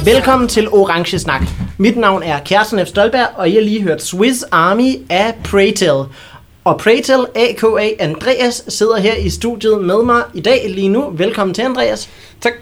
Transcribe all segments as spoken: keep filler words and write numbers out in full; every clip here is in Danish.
Velkommen til Orange Snak. Mit navn er Kjartan F. Stolberg, og I har lige hørt Swiss Army af Preytel. Og Preytel, a k a. Andreas, sidder her i studiet med mig i dag lige nu. Velkommen til, Andreas. Tak.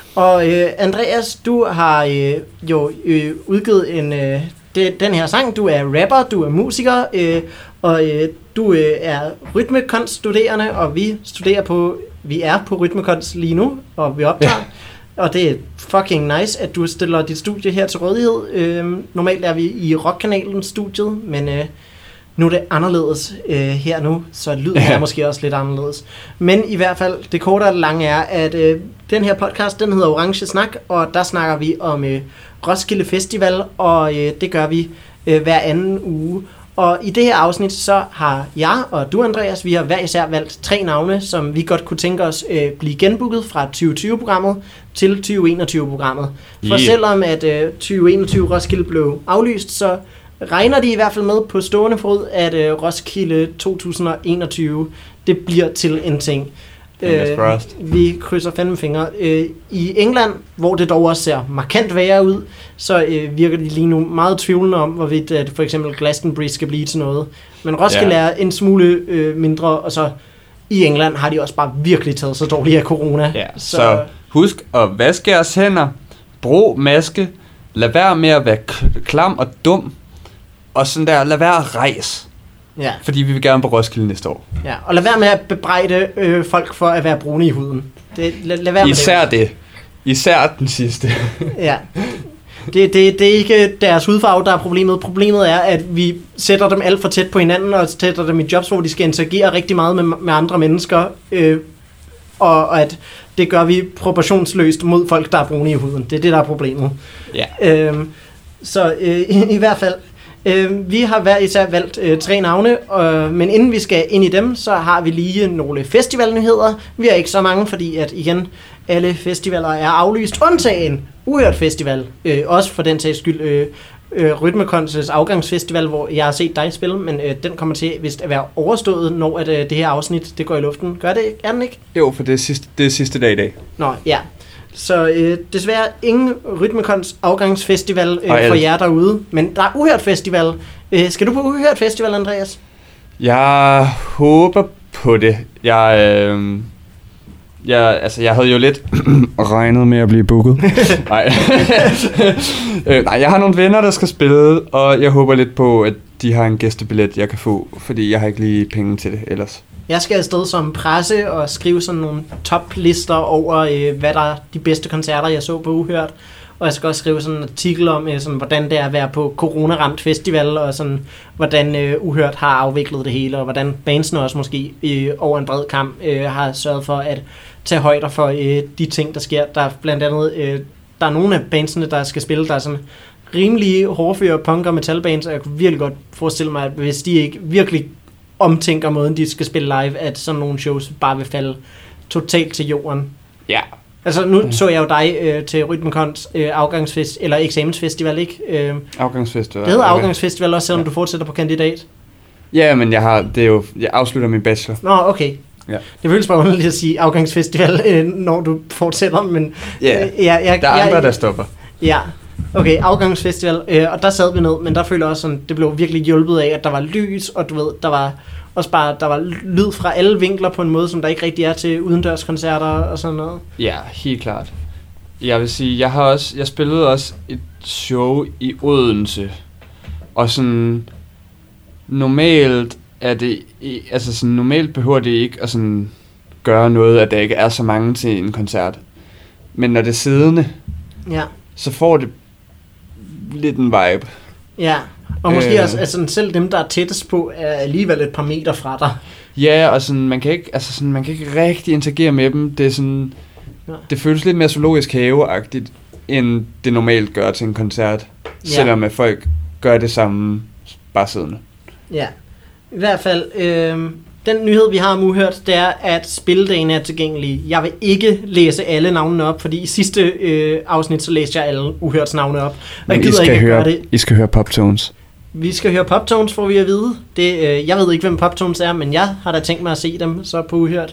Og øh, Andreas, du har øh, jo øh, udgivet en, øh, det, den her sang. Du er rapper, du er musiker, øh, og øh, du øh, er rytmekunststuderende, og vi studerer på, vi er på rytmekunst lige nu, og vi optager. Ja. Og det er fucking nice, at du stiller dit studie her til rådighed. Øh, normalt er vi i Rockkanalen studiet, men øh, nu er det anderledes øh, her nu, så lyden er måske også lidt anderledes. Men i hvert fald, det korte og det lange er, at øh, den her podcast, den hedder Orange Snak, og der snakker vi om øh, Roskilde Festival, og øh, det gør vi øh, hver anden uge. Og i det her afsnit, så har jeg og du, Andreas, vi har hver især valgt tre navne, som vi godt kunne tænke os øh, blive genbooket fra tyve tyve-programmet til tyve enogtyve-programmet. For yeah. selvom at øh, tyve enogtyve Roskilde blev aflyst, så regner de i hvert fald med på stående fod, at øh, Roskilde to tusind enogtyve, det bliver til en ting. Øh, vi krydser fandme fingre. Øh, I England, hvor det dog også ser markant værre ud, så øh, virker de lige nu meget tvivlende om, hvorvidt at for eksempel Glastonbury skal blive til noget. Men Roskilde ja. er en smule øh, mindre, og så i England har de også bare virkelig taget så dårligt af corona. Ja, så, så husk at vaske jeres hænder, brug maske, lad være med at være klam og dum, og sådan der, lad være at rejse. Ja. Fordi vi vil gerne på Roskilde næste år. Ja, og lad være med at bebrejde øh, folk for at være brune i huden. Det, lad, lad være med Især det. det. Især den sidste. Ja. Det, det, det er ikke deres hudfarve, der er problemet. Problemet er, at vi sætter dem alt for tæt på hinanden, og sætter dem i jobs, hvor de skal interagere rigtig meget med, med andre mennesker. Øh, og, og at det gør vi proportionsløst mod folk, der er brune i huden. Det er det, der er problemet. Ja. Øh, så øh, i, i hvert fald... Øh, vi har hver især valgt øh, tre navne, øh, men inden vi skal ind i dem, så har vi lige nogle festivalnyheder. Vi har ikke så mange, fordi at igen, alle festivaler er aflyst, undtagen Uhørt Festival. Øh, også for den sags skyld øh, øh, Rytmekunstens afgangsfestival, hvor jeg har set dig spille, men øh, den kommer til vist at være overstået, når at, øh, det her afsnit det går i luften. Gør det, er den ikke? Jo, for det er sidste, det er sidste dag i dag. Nå, ja. Så øh, desværre ingen Rytmekunst afgangsfestival øh, for jer derude, men der er Uhørt Festival. Øh, skal du på Uhørt Festival, Andreas? Jeg håber på det. Jeg, øh, jeg, altså, jeg havde jo lidt regnet med at blive booket. nej. øh, nej, jeg har nogle venner, der skal spille, og jeg håber lidt på, at de har en gæstebillet, jeg kan få, fordi jeg har ikke lige penge til det ellers. Jeg skal afsted som presse og skrive sådan nogle toplister over, øh, hvad der er de bedste koncerter, jeg så på Uhørt. Og jeg skal også skrive sådan en artikel om, øh, sådan, hvordan det er at være på corona-ramt festival, og sådan, hvordan øh, Uhørt har afviklet det hele, og hvordan bandsene også måske øh, over en bred kamp øh, har sørget for at tage højder for øh, de ting, der sker. Der er blandt andet, øh, der er nogle af bandsene, der skal spille, der er sådan rimelig hårdføre punk- og metalbands, og jeg kunne virkelig godt forestille mig, at hvis de ikke virkelig omtænker måden, de skal spille live, at sådan nogle shows bare vil falde totalt til jorden. Ja. Altså, nu mm. så jeg jo dig øh, til Rytmekunst øh, afgangsfest, eller eksamensfestival, ikke? Øh, afgangsfestival. Det hedder okay. Afgangsfestival også, selvom ja. du fortsætter på kandidat. Ja, men jeg har, det er jo, jeg afslutter min bachelor. Nå, okay. Ja. Det føles bare underligt at sige afgangsfestival, øh, når du fortsætter, men... Yeah. Øh, ja, jeg, der er andre, jeg, der stopper. Ja, okay, afgangsfestival, øh, og der sad vi ned, men der følte jeg også sådan, det blev virkelig hjulpet af, at der var lys, og du ved, der var også bare, der var lyd fra alle vinkler på en måde, som der ikke rigtig er til udendørskoncerter og sådan noget. Ja, helt klart. Jeg vil sige, jeg har også, jeg spillede også et show i Odense, og sådan, normalt er det, altså sådan, normalt behøver det ikke at sådan gøre noget, at der ikke er så mange til en koncert. Men når det er siddende, ja. så får det lidt en vibe. Ja, og måske øh, også, altså selv dem, der er tættest på, er alligevel et par meter fra dig. Ja, og sådan, man kan ikke, altså sådan, man kan ikke rigtig interagere med dem. Det er sådan, ja. det føles lidt mere zoologisk haveagtigt, end det normalt gør til en koncert. Ja. Selvom at folk gør det samme, bare siddende. Ja, i hvert fald, øh, den nyhed, vi har om Uhørt, det er, at spilledagen er tilgængelig. Jeg vil ikke læse alle navnene op, fordi i sidste øh, afsnit, så læste jeg alle Uhørts navne op. Men jeg gider I skal ikke høre, det. I skal høre Poptones. Vi skal høre Poptones, får vi at vide. Det, øh, jeg ved ikke, hvem Poptones er, men jeg har da tænkt mig at se dem så på Uhørt.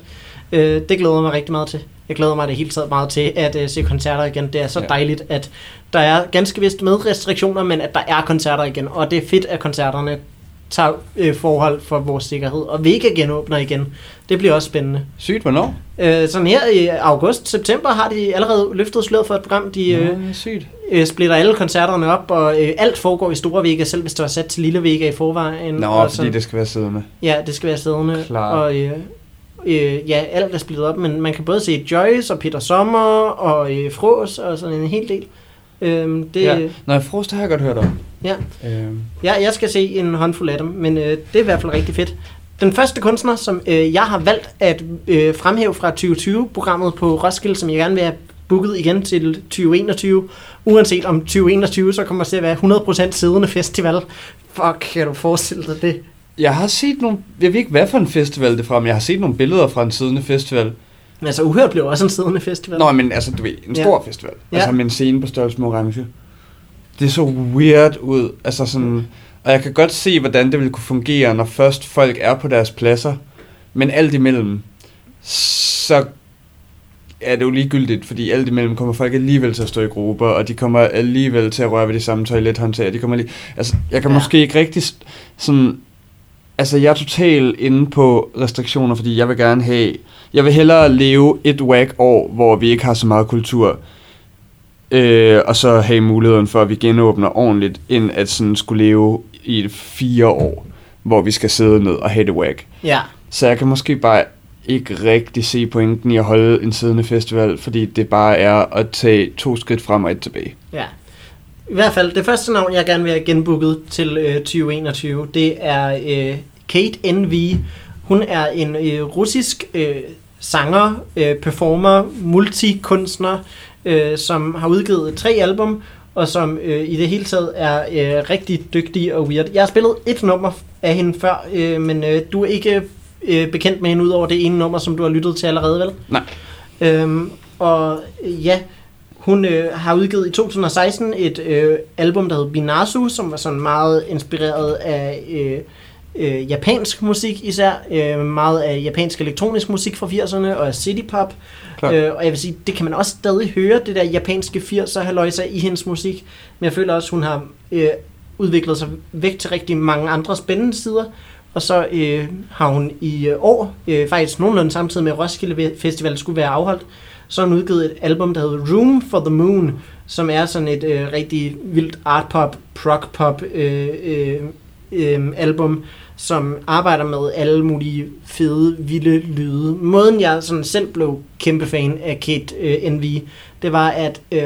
Øh, det glæder mig rigtig meget til. Jeg glæder mig det hele taget meget til at uh, se koncerter igen. Det er så ja. dejligt, at der er ganske vist med restriktioner, men at der er koncerter igen. Og det er fedt, at koncerterne tager øh, forhold for vores sikkerhed, og vi ikke genåbner igen. Det bliver også spændende. Sygt, hvornår? Øh, sådan her i august, september har de allerede løftet sløret for et program. De øh, Nå, sygt. Øh, splitter alle koncerterne op, og øh, alt foregår i Store Vega, selv hvis det var sat til Lille Vega i forvejen. Nå, og fordi sådan. Det skal være siddende. Ja, det skal være siddende. Klar. Og øh, øh, ja, alt er splittet op, men man kan både se Joyce og Peter Sommer og øh, Fros og sådan en hel del. Øh, det, ja. Nå, Fros, det har jeg godt hørt om. Ja. Øhm. ja, jeg skal se en håndfuld af dem, men øh, det er i hvert fald rigtig fedt. Den første kunstner, som øh, jeg har valgt at øh, fremhæve fra tyve tyve-programmet på Roskilde, som jeg gerne vil have booket igen til tyve enogtyve, uanset om tyve enogtyve så kommer det til at være hundrede procent siddende festival. Fuck, kan du forestille dig det? Jeg har set nogle, jeg ved ikke hvad for en festival det er fra, men jeg har set nogle billeder fra en siddende festival. Men altså Uhørt blev også en siddende festival. Nå, men altså du ved, en stor ja. festival. Ja. Altså med en scene på størrelse med Orange. Det så weird ud, altså sådan, og jeg kan godt se, hvordan det ville kunne fungere, når først folk er på deres pladser, men alt imellem, så er det jo ligegyldigt, fordi alt imellem kommer folk alligevel til at stå i grupper, og de kommer alligevel til at røre ved de samme toilethåndtag, de kommer lige, altså, jeg kan ja. måske ikke rigtig sådan, altså, jeg er totalt inde på restriktioner, fordi jeg vil gerne have, jeg vil hellere leve et whack år, hvor vi ikke har så meget kultur, Øh, og så have muligheden for, at vi genåbner ordentligt, end at sådan skulle leve i fire år, hvor vi skal sidde ned og have det whack. Ja. Så jeg kan måske bare ikke rigtig se pointen i at holde en siddende festival, fordi det bare er at tage to skridt frem og et tilbage. Ja. I hvert fald, det første navn, jeg gerne vil have genbooket til øh, tyve enogtyve, det er øh, Kate N V. Hun er en øh, russisk øh, sanger, øh, performer, multikunstner, Øh, som har udgivet tre album, og som øh, i det hele taget er øh, rigtig dygtig og weird. Jeg har spillet et nummer af hende før, øh, men øh, du er ikke øh, bekendt med hende ud over det ene nummer, som du har lyttet til allerede, vel? Nej. Øhm, og ja, hun øh, har udgivet i to tusind og seksten et øh, album, der hed Binazu, som var sådan meget inspireret af øh, øh, japansk musik især, øh, meget af japansk elektronisk musik fra firserne og citypop. Øh, og jeg vil sige, det kan man også stadig høre, det der japanske firser halløjsa i hendes musik, men jeg føler også, hun har øh, udviklet sig væk til rigtig mange andre spændende sider, og så øh, har hun i øh, år, øh, faktisk nogenlunde samtidig med Roskilde Festival skulle være afholdt, så har hun udgivet et album, der hedder Room for the Moon, som er sådan et øh, rigtig vildt artpop, prog-pop øh, øh, øh, album, som arbejder med alle mulige fede, vilde lyde. Måden jeg sådan selv blev kæmpe fan af Kate øh, N V, det var at øh,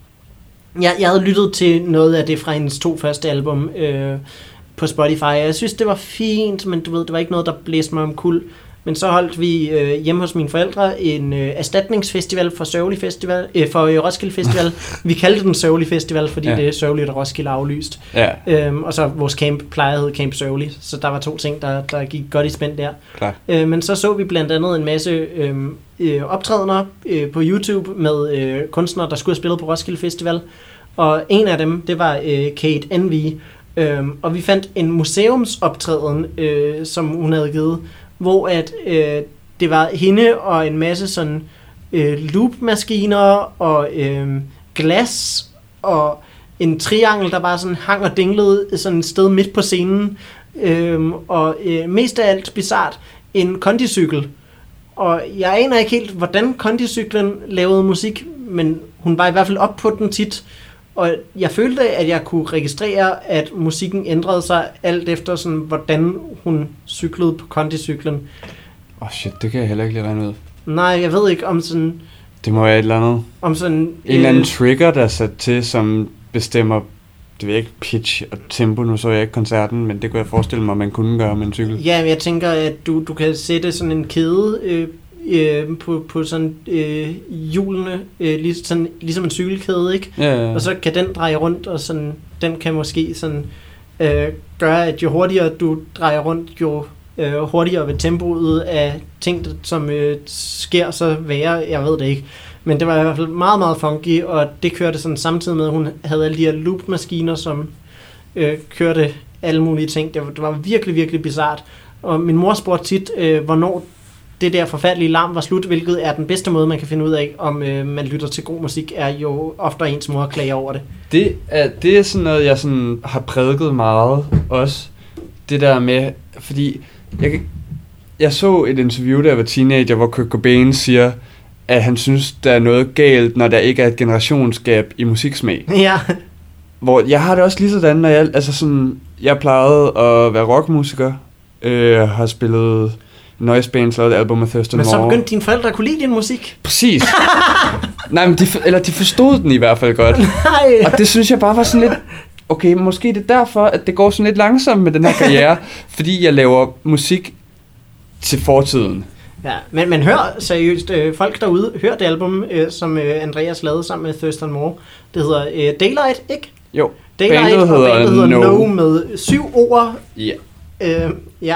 jeg, jeg havde lyttet til noget af det fra hendes to første album øh, på Spotify. Jeg synes det var fint, men du ved, det var ikke noget der blæste mig omkuld. Men så holdt vi øh, hjemme hos mine forældre en øh, erstatningsfestival for Sørgelig Festival, øh, for øh, Roskilde Festival. Vi kaldte den Sørgelig Festival, fordi ja. det er sørgeligt, at Roskilde er aflyst. Ja. Øhm, og så vores camp plejer at hedde Camp Sørgelig, så der var to ting, der, der gik godt i spænd der. Øh, men så så vi blandt andet en masse øh, øh, optrædener øh, på YouTube med øh, kunstnere, der skulle have spillet på Roskilde Festival. Og en af dem, det var øh, Kate N V. Øh, og vi fandt en museumsoptræden, øh, som hun havde givet, hvor at øh, det var hende og en masse sådan øh, loopmaskiner og øh, glas og en triangel, der bare sådan hang og dinglede sådan et sted midt på scenen, øh, og øh, mest af alt bizart en kondicykel. Og jeg aner ikke helt, hvordan kondicyklen lavede musik, men hun var i hvert fald op på den tit, og jeg følte, at jeg kunne registrere, at musikken ændrede sig alt efter, sådan, hvordan hun cyklede på kondicyklen. Åh oh shit, det kan jeg heller ikke lige regne ud. Nej, jeg ved ikke om sådan... Det må være et eller andet. Om sådan... En øh, eller anden trigger, der er sat til, som bestemmer, det ved jeg ikke, pitch og tempo. Nu så jeg ikke koncerten, men det kunne jeg forestille mig, man kunne gøre med en cykel. Ja, men jeg tænker, at du, du kan sætte sådan en kæde... Øh, Øh, på, på sådan øh, hjulene, øh, lig, sådan, ligesom en cykelkæde, ikke? Ja, ja, ja. Og så kan den dreje rundt, og sådan, den kan måske sådan, øh, gøre, at jo hurtigere du drejer rundt, jo øh, hurtigere vil tempoet af ting, som øh, sker, så være, jeg ved det ikke. Men det var i hvert fald meget, meget funky, og det kørte sådan samtidig med, at hun havde alle de her loopmaskiner, som øh, kørte alle mulige ting. Det var, det var virkelig, virkelig bizart. Og min mor spurgte tit, øh, hvornår det der forfærdelige larm var slut, hvilket er den bedste måde, man kan finde ud af, om øh, man lytter til god musik, er jo ofte ens mor klager over det. Det er, det er sådan noget, jeg sådan har prædiket meget også. Det der med, fordi jeg, jeg så et interview, da jeg var teenager, hvor Kurt Cobain siger, at han synes, der er noget galt, når der ikke er et generationsgab i musiksmag. Ja. Hvor jeg har det også lige sådan, når jeg, altså sådan, jeg plejede at være rockmusiker, øh, har spillet noise bands, lavet et album med Thurston Moore. Men så begyndte dine forældre at kunne lide din musik? Præcis. Nej, men de, eller de forstod den i hvert fald godt. Nej. Og det synes jeg bare var sådan lidt, okay, måske det er derfor, at det går sådan lidt langsomt med den her karriere, fordi jeg laver musik til fortiden. Ja, men man hører seriøst, øh, folk derude hører det album, øh, som øh, Andreas lavede sammen med Thurston Moore. Det hedder øh, Daylight, ikke? Jo. Daylight, bandet og hedder, bandet hedder No. No med syv ord. Ja. Øh, ja.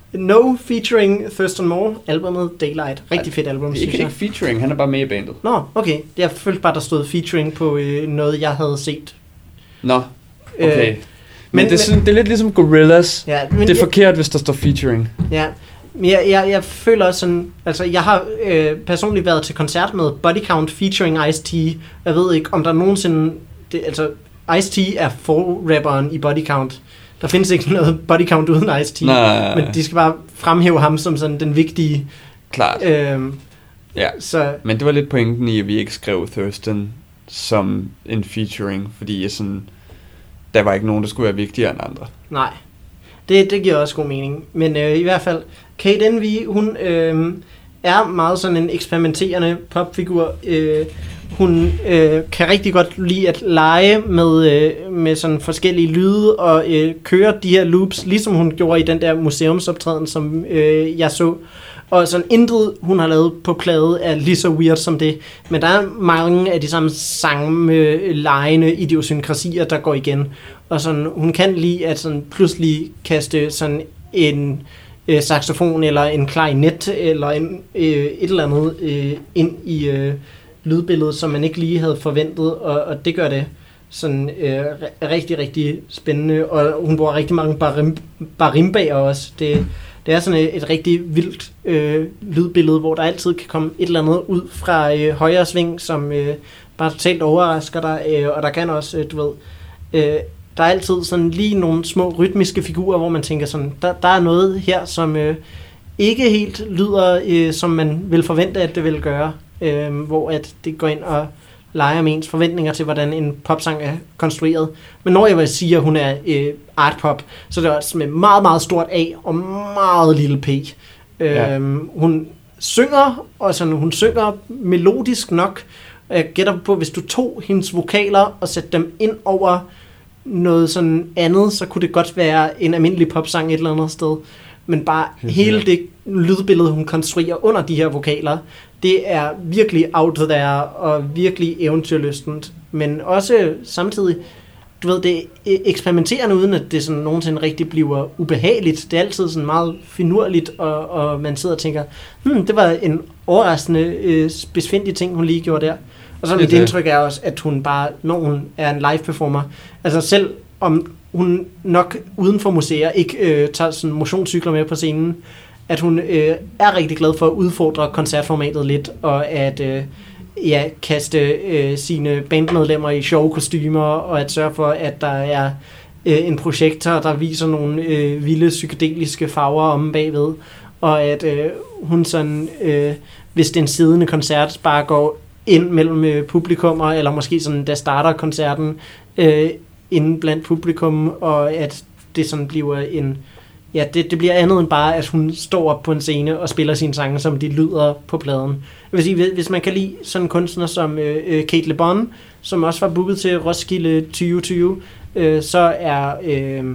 No featuring Thurston Moore, albumet Daylight. Rigtig fedt album, Det er synes ikke, jeg. ikke featuring, han er bare med i bandet. Nå, okay. Jeg følte bare, der stod featuring på øh, noget, jeg havde set. Nå, okay. Øh, men, men, det, er sådan, det er lidt ligesom Gorillaz. Ja, men Det er jeg- forkert, hvis der står featuring. Ja, men jeg, jeg, jeg føler også sådan, altså jeg har øh, personligt været til koncert med Body Count featuring Ice-T. Jeg ved ikke, om der nogensinde, det, altså Ice-T er for-rapperen i Body Count. Der findes ikke noget Body Count uden Ice-T. Nej. Men de skal bare fremhæve ham som sådan den vigtige. Klart. Øh, Ja. så Men det var lidt pointen i, at vi ikke skrev Thurston som en featuring, fordi sådan, der var ikke nogen, der skulle være vigtigere end andre. nej, det, det giver også god mening. Men øh, i hvert fald, Kate Envy, hun øh, er meget sådan en eksperimenterende popfigur. Øh, hun øh, kan rigtig godt lide at lege med, øh, med sådan forskellige lyde og øh, køre de her loops, ligesom hun gjorde i den der museumsoptræden, som øh, jeg så. Og sådan intet, hun har lavet på plade, er lige så weird som det. Men der er mange af de samme samme legende idiosynkrasier, der går igen. Og sådan, hun kan lide at sådan pludselig kaste sådan en øh, saxofon eller en klarinet eller en, øh, et eller andet øh, ind i øh, lydbilledet, som man ikke lige havde forventet. Og, og det gør det sådan øh, rigtig, rigtig spændende. Og hun bruger rigtig mange barim, barimbaer også. Det Det er sådan et, et rigtig vildt øh, lydbillede, hvor der altid kan komme et eller andet ud fra øh, højre sving, som øh, bare totalt overrasker dig, øh, og der kan også, øh, du ved, øh, der er altid sådan lige nogle små rytmiske figurer, hvor man tænker sådan, der, der er noget her, som øh, ikke helt lyder, øh, som man vil forvente, at det vil gøre, øh, hvor at det går ind og leger med ens forventninger til, hvordan en popsang er konstrueret. Men når jeg vil sige, at hun er øh, art pop, så er det også med meget, meget stort A og meget lille P. Ja. Øhm, hun synger, og sådan, hun synger melodisk nok. Jeg gætter på, hvis du tog hendes vokaler og satte dem ind over noget sådan andet, så kunne det godt være en almindelig popsang et eller andet sted. Men bare hele det lydbillede, hun konstruerer under de her vokaler, det er virkelig out there og virkelig eventyrlystent, men også samtidig, du ved, det er eksperimenterende, uden at det sådan nogensinde rigtig bliver ubehageligt. Det er altid sådan meget finurligt, og, og man sidder og tænker, hmm, det var en overraskende øh, besvindig ting, hun lige gjorde der. Og så mit det. indtryk er også, at hun bare, når hun er en live performer, altså selv om hun nok uden for museer ikke øh, tager sådan motionscykler med på scenen, at hun øh, er rigtig glad for at udfordre koncertformatet lidt, og at øh, ja, kaste øh, sine bandmedlemmer i sjove kostymer, og at sørge for, at der er øh, en projektor, der viser nogle øh, vilde psykedeliske farver om bagved, og at øh, hun sådan, øh, hvis det er en siddende koncert, bare går ind mellem øh, publikummer, eller måske sådan, der starter koncerten øh, inde blandt publikum, og at det sådan bliver en ja, det, det bliver andet end bare, at hun står op på en scene og spiller sine sange, som de lyder på pladen. Jeg vil sige, hvis man kan lide sådan en kunstner som øh, Kate Le Bon, som også var booket til Roskilde tyve tyve, øh, så er øh,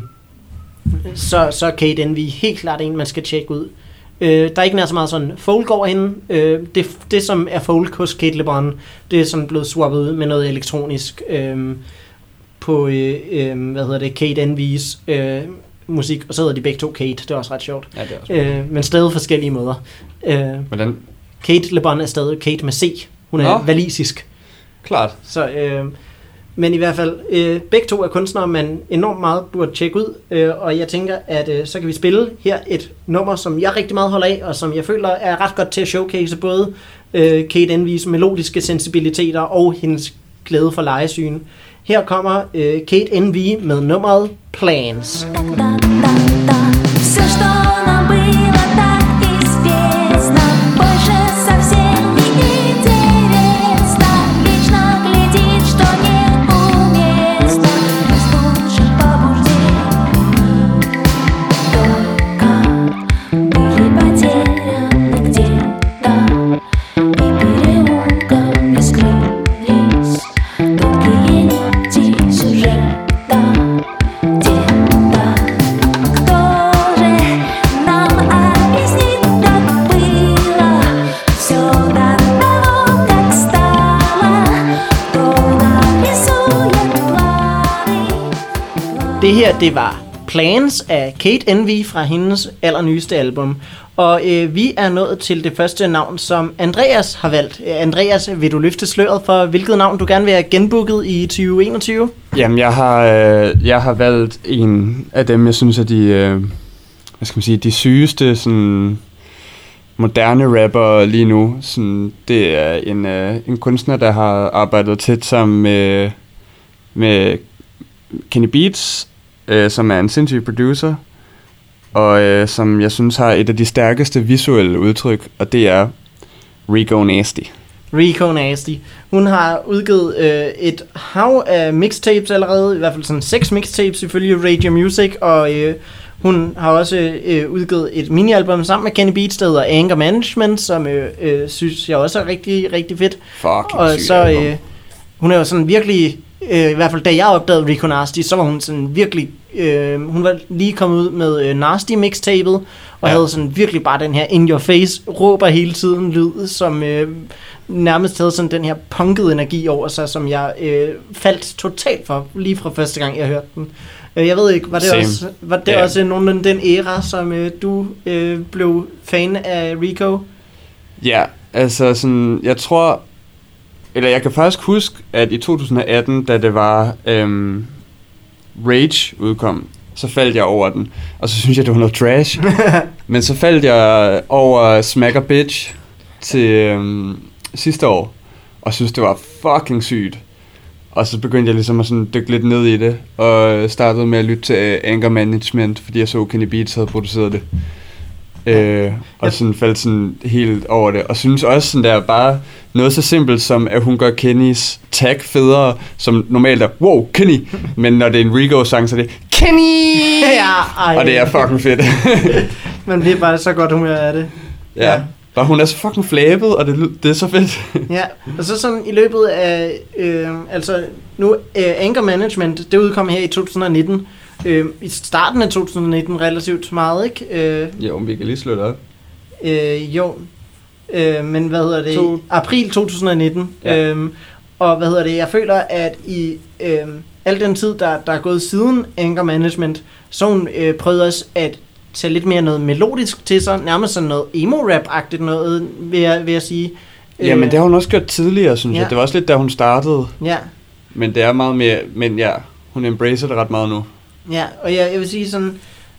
så, så er Kate Envy helt klart en, man skal tjekke ud. Øh, der er ikke nær så meget sådan folk over hende. Øh, det, det, som er folk hos Kate Le Bon, det er sådan blevet swappet ud med noget elektronisk øh, på, øh, øh, hvad hedder det, Kate Envys øh, musik, og så hedder de begge to Kate, det er også ret sjovt. Ja, det er også øh, men stadig forskellige måder. Øh, Hvordan? Kate Le Bon er stadig Kate med C. Hun er Nå. walisisk. Klart. Så, øh, Men i hvert fald, øh, begge to er kunstnere, man enormt meget burde tjekke ud, øh, og jeg tænker, at øh, så kan vi spille her et nummer, som jeg rigtig meget holder af, og som jeg føler er ret godt til at showcase både øh, Kate Envy's melodiske sensibiliteter og hendes glæde for lejesyn. Her kommer øh, Kate Envy med nummeret Plans. Det her, det var Plans af Kate Envy fra hendes allernyeste album. Og øh, vi er nået til det første navn, som Andreas har valgt. Andreas, vil du løfte sløret for, hvilket navn du gerne vil have genbooket i tyve enogtyve? Jamen, jeg har, øh, jeg har valgt en af dem, jeg synes er de, øh, hvad skal man sige, de sygeste sådan, moderne rapper lige nu. Sådan, det er en, øh, en kunstner, der har arbejdet tæt sammen med, med Kenny Beats, øh, som er en sindssyg producer, og øh, som jeg synes har et af de stærkeste visuelle udtryk, og det er Rico Nasty. Rico Nasty. Hun har udgivet øh, et hav af mixtapes allerede, i hvert fald sådan seks mixtapes ifølge Radio Music, og øh, hun har også øh, udgivet et mini-album sammen med Kenny Beats, der hedder Anger Management, som øh, øh, synes jeg også er rigtig, rigtig fedt. Fucking og syg så øh, hun er jo sådan virkelig, øh, i hvert fald da jeg opdagede Rico Nasty, så var hun sådan virkelig, øh, hun var lige kommet ud med øh, Nasty mixtapet, og ja. havde sådan virkelig bare den her in your face, råber hele tiden lyd, som øh, nærmest havde sådan den her punkede energi over sig, som jeg øh, faldt totalt for, lige fra første gang jeg hørte den. Jeg ved ikke, var det Same. også, var det yeah. også nogenlunde den æra, som øh, du øh, blev fan af Rico? Ja, altså sådan, jeg tror, eller jeg kan faktisk huske, at i to tusind atten, da det var øhm, Rage udkom, så faldt jeg over den, og så synes jeg, det var noget trash. Men så faldt jeg over Smack a Bitch til øhm, sidste år, og synes, det var fucking sygt. Og så begyndte jeg ligesom at sådan dykke lidt ned i det, og startede med at lytte til Anger Management, fordi jeg så Kenny Beats havde produceret det. Øh, og sådan faldt sådan helt over det. Og synes også sådan der bare noget så simpelt som, at hun gør Kennys tag federe, som normalt er, wow, Kenny! Men når det er en Rico-sang, så er det, Kenny! Ja, ej, og det er fucking fedt. Man bliver bare så godt humør af det. Ja. ja. Og hun er så fucking flabet, og det, det er så fedt. Ja, og så sådan i løbet af, øh, altså nu, øh, Anger Management, det udkom her i to tusind nitten. Øh, I starten af to tusind nitten relativt meget, ikke? Øh, jo, vi kan lige slå det op. Øh, jo, øh, men hvad hedder det? To... April to tusind nitten. Ja. Øh, og hvad hedder det? Jeg føler, at i øh, al den tid, der, der er gået siden Anger Management, så hun øh, prøvede også at tage lidt mere noget melodisk til sig, nærmest sådan noget emo-rap-agtigt noget, vil jeg, vil jeg sige. Ja, men det har hun også gjort tidligere, synes ja. jeg. Det var også lidt, da hun startede. Ja. Men det er meget mere, men ja, hun embracer det ret meget nu. Ja, og jeg, jeg vil sige sådan,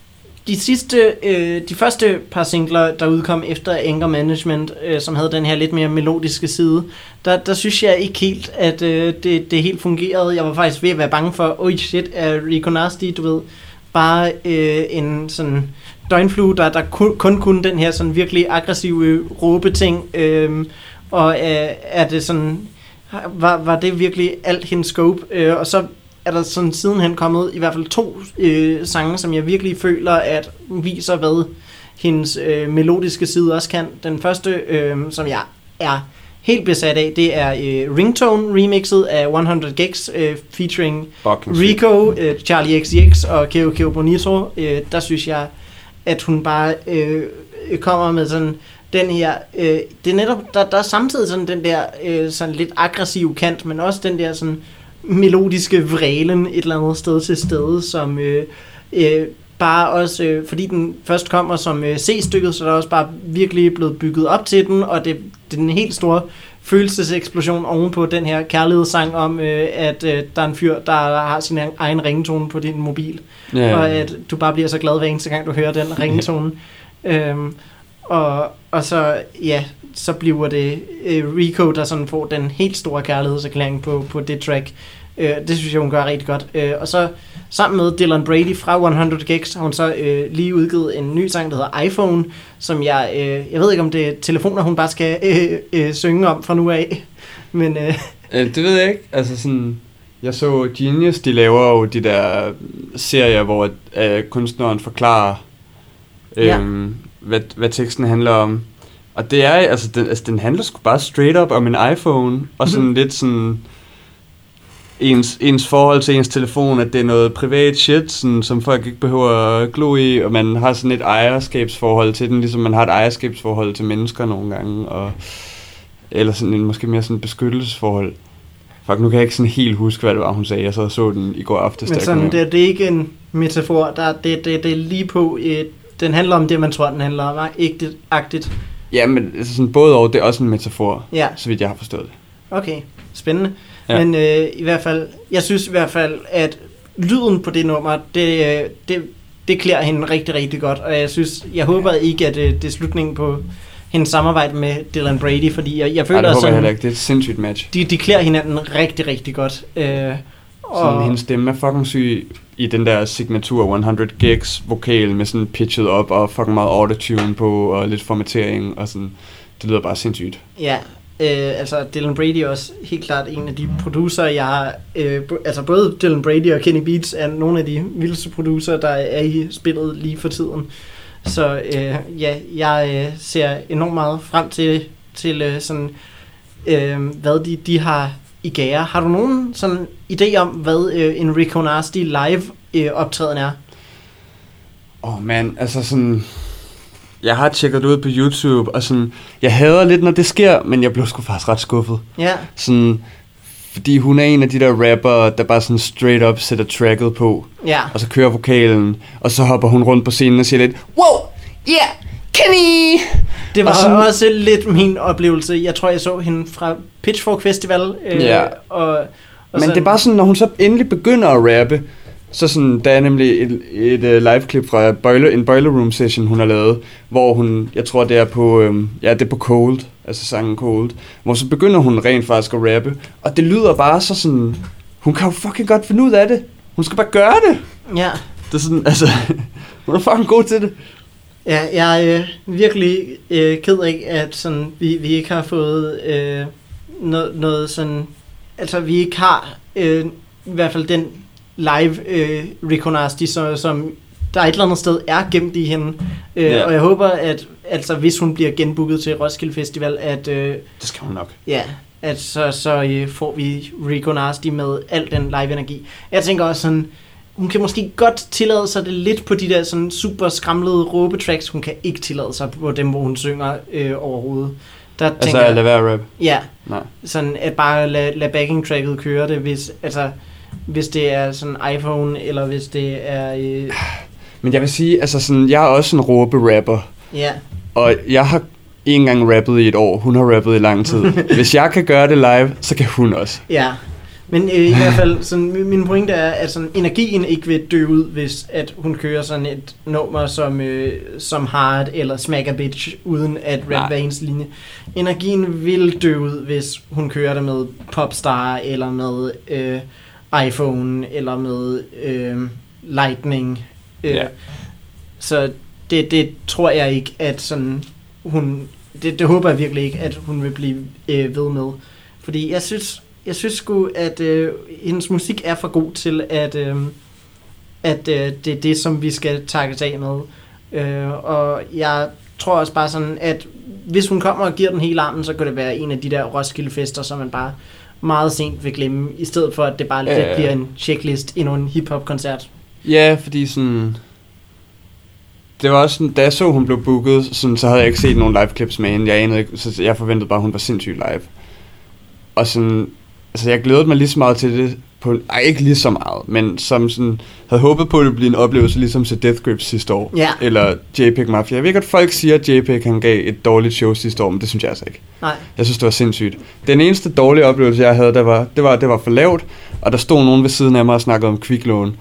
de sidste, øh, de første par singler, der udkom efter Anger Management, øh, som havde den her lidt mere melodiske side, der, der synes jeg ikke helt, at øh, det, det helt fungerede. Jeg var faktisk ved at være bange for, oj shit, er Rico Nasty, du ved, bare øh, en sådan døgnflue, der, der kun, kun kunne den her sådan virkelig aggressive råbeting, øh, og øh, er det sådan, var, var det virkelig alt hendes scope, øh, og så er der sådan sidenhen kommet i hvert fald to øh, sange, som jeg virkelig føler, at viser, hvad hendes øh, melodiske side også kan. Den første, øh, som jeg er helt besat af, det er øh, Ringtone remixet af hundrede gigs øh, featuring Rico, øh, Charlie X C X og Keo Keo Bonito. Øh, der synes jeg, at hun bare øh, kommer med sådan den her, øh, det er netop, der, der er samtidig sådan den der øh, sådan lidt aggressive kant, men også den der sådan melodiske vrælen et eller andet sted til stede, som øh, øh, bare også, øh, fordi den først kommer som øh, C-stykket, så der er også bare virkelig blevet bygget op til den, og det, det er den helt store følelseseksplosion ovenpå den her kærlighedssang om, øh, at øh, der er en fyr, der har sin egen ringetone på din mobil. Yeah. Og at du bare bliver så glad hver eneste gang, du hører den ringetone. øhm, og, og så, ja, så bliver det øh, Rico, der sådan får den helt store kærlighedserklæring på, på det track. Øh, det synes jeg, hun gør rigtig godt. Øh, og så sammen med Dylan Brady fra hundrede gigs har hun så øh, lige udgivet en ny sang, der hedder iPhone, som jeg, øh, jeg ved ikke, om det er telefoner, hun bare skal øh, øh, synge om fra nu af. Men, øh. øh, det ved jeg ikke. Altså sådan, jeg så Genius, de laver jo de der serier, hvor øh, kunstneren forklarer, øh, ja. hvad, hvad teksten handler om. Og det er, altså den, altså, den handler sgu bare straight up om en iPhone, og sådan mm-hmm. lidt sådan ens, ens forhold til ens telefon, at det er noget privat shit, sådan, som folk ikke behøver at glo i, og man har sådan et ejerskabsforhold til den, ligesom man har et ejerskabsforhold til mennesker nogle gange, og, eller sådan en, måske mere sådan et beskyttelsesforhold. Fuck, nu kan jeg ikke sådan helt huske, hvad det var, hun sagde. Jeg så og så den i går aftes. Men sådan, det, det er ikke en metafor, der, det, det, det er lige på, et, den handler om det, man tror, den handler om, ægte-agtigt. Ja, men altså sådan, både og, det er også en metafor, ja. Så vidt jeg har forstået det. Okay, spændende. Ja. Men øh, i hvert fald, jeg synes i hvert fald, at lyden på det nummer, det, det, det klæder hende rigtig, rigtig godt. Og jeg synes, jeg håber ikke, at det, det er slutningen på hendes samarbejde med Dylan Brady, fordi jeg, jeg føler, Ej, det håber sådan, jeg heller ikke. Det er et sindssygt match. De, de klæder hinanden rigtig, rigtig godt. Øh, og sådan, hendes stemme er fucking syg i den der signatur hundrede gigs vokal med sådan pitchet op og fucking meget autotune på og lidt formatering og sådan. Det lyder bare sindssygt. Ja, øh, altså Dylan Brady er også helt klart en af de producer, jeg har, øh, b- altså både Dylan Brady og Kenny Beats er nogle af de vildeste producer, der er i spillet lige for tiden. Så øh, ja, jeg øh, ser enormt meget frem til, til øh, sådan, øh, hvad de, de har i gære. Har du nogen sådan idé om, hvad øh, en Rico Nasty live øh, optræden er? Åh oh man, altså sådan, jeg har tjekket det ud på YouTube, og sådan, jeg hader lidt, når det sker, men jeg blev sgu faktisk ret skuffet. Ja. Sådan, fordi hun er en af de der rapper, der bare sådan straight up sætter tracket på, ja. Og så kører vokalen, og så hopper hun rundt på scenen og siger lidt, wow, yeah, Kenny! Det var og sådan, også lidt min oplevelse. Jeg tror, jeg så hende fra Pitchfork Festival. Øh, ja. og, og men sådan, det er bare sådan, når hun så endelig begynder at rappe, så sådan, der er nemlig et, et, et live-klip fra Boiler, en Boiler Room session, hun har lavet, hvor hun, jeg tror det er på, øhm, ja, det er på Cold, altså sangen Cold, hvor så begynder hun rent faktisk at rappe, og det lyder bare så sådan, hun kan jo fucking godt finde ud af det, hun skal bare gøre det. Ja. Det er sådan, altså, hun er fucking god til det. Ja, jeg er øh, virkelig øh, ked af, at sådan, vi, vi ikke har fået øh, noget, noget sådan, altså vi ikke har øh, i hvert fald den live øh, Rico Nasty, som, som der et eller andet sted er gemt i hende. Øh, yeah. Og jeg håber, at altså, hvis hun bliver genbooket til Roskilde Festival, at øh, det skal hun nok. Ja, at så, så øh, får vi Rico Nasty med al den live energi. Jeg tænker også sådan, hun kan måske godt tillade sig det lidt på de der sådan super skramlede råbetracks. Hun kan ikke tillade sig på dem, hvor hun synger øh, overhovedet. Der altså tænker, at lade være rap? Ja. Nej. Sådan at bare lade, lade backing tracket køre det, hvis, altså, hvis det er sådan iPhone, eller hvis det er... Øh... Men jeg vil sige, altså sådan, jeg er også en råbe-rapper. Ja. Og jeg har ikke engang rappet i et år. Hun har rappet i lang tid. Hvis jeg kan gøre det live, så kan hun også. Ja. Men øh, i hvert fald, sådan, min pointe er, at sådan, energien ikke vil dø ud, hvis at hun kører sådan et nummer som, øh, som Hard eller Smack a Bitch, uden at rappe hver ens linje. Energien vil dø ud, hvis hun kører det med Popstar, eller med øh, iPhone, eller med øh, Lightning. Øh, yeah. Så det, det tror jeg ikke, at sådan, hun... Det, det håber jeg virkelig ikke, at hun vil blive øh, ved med. Fordi jeg synes... Jeg synes sgu, at øh, hendes musik er for god til, at, øh, at øh, det er det, som vi skal takkes af med. Øh, og jeg tror også bare sådan, at hvis hun kommer og giver den hele armen, så kan det være en af de der Roskilde-fester, som man bare meget sent vil glemme, i stedet for, at det bare lidt ja, ja. bliver en checklist endnu en hip-hop-koncert. Ja, fordi sådan... Det var også sådan, da jeg så, hun blev booket, sådan, så havde jeg ikke set nogen live-clips med hende. Jeg anede ikke, så jeg forventede bare, at hun var sindssygt live. Og sådan... Altså, jeg glædede mig lige så meget til det, på, ej, ikke lige så meget, men som sådan, havde håbet på, at det ville blive en oplevelse, ligesom til Death Grips sidste år, ja. eller JPEG Mafia. Jeg ved godt, folk siger, at JPEG han gav et dårligt show sidste år, men det synes jeg altså ikke. Nej. Jeg synes, det var sindssygt. Den eneste dårlige oplevelse, jeg havde, der var, det, var, det var for lavt, og der stod nogen ved siden af mig og snakkede om kviklån.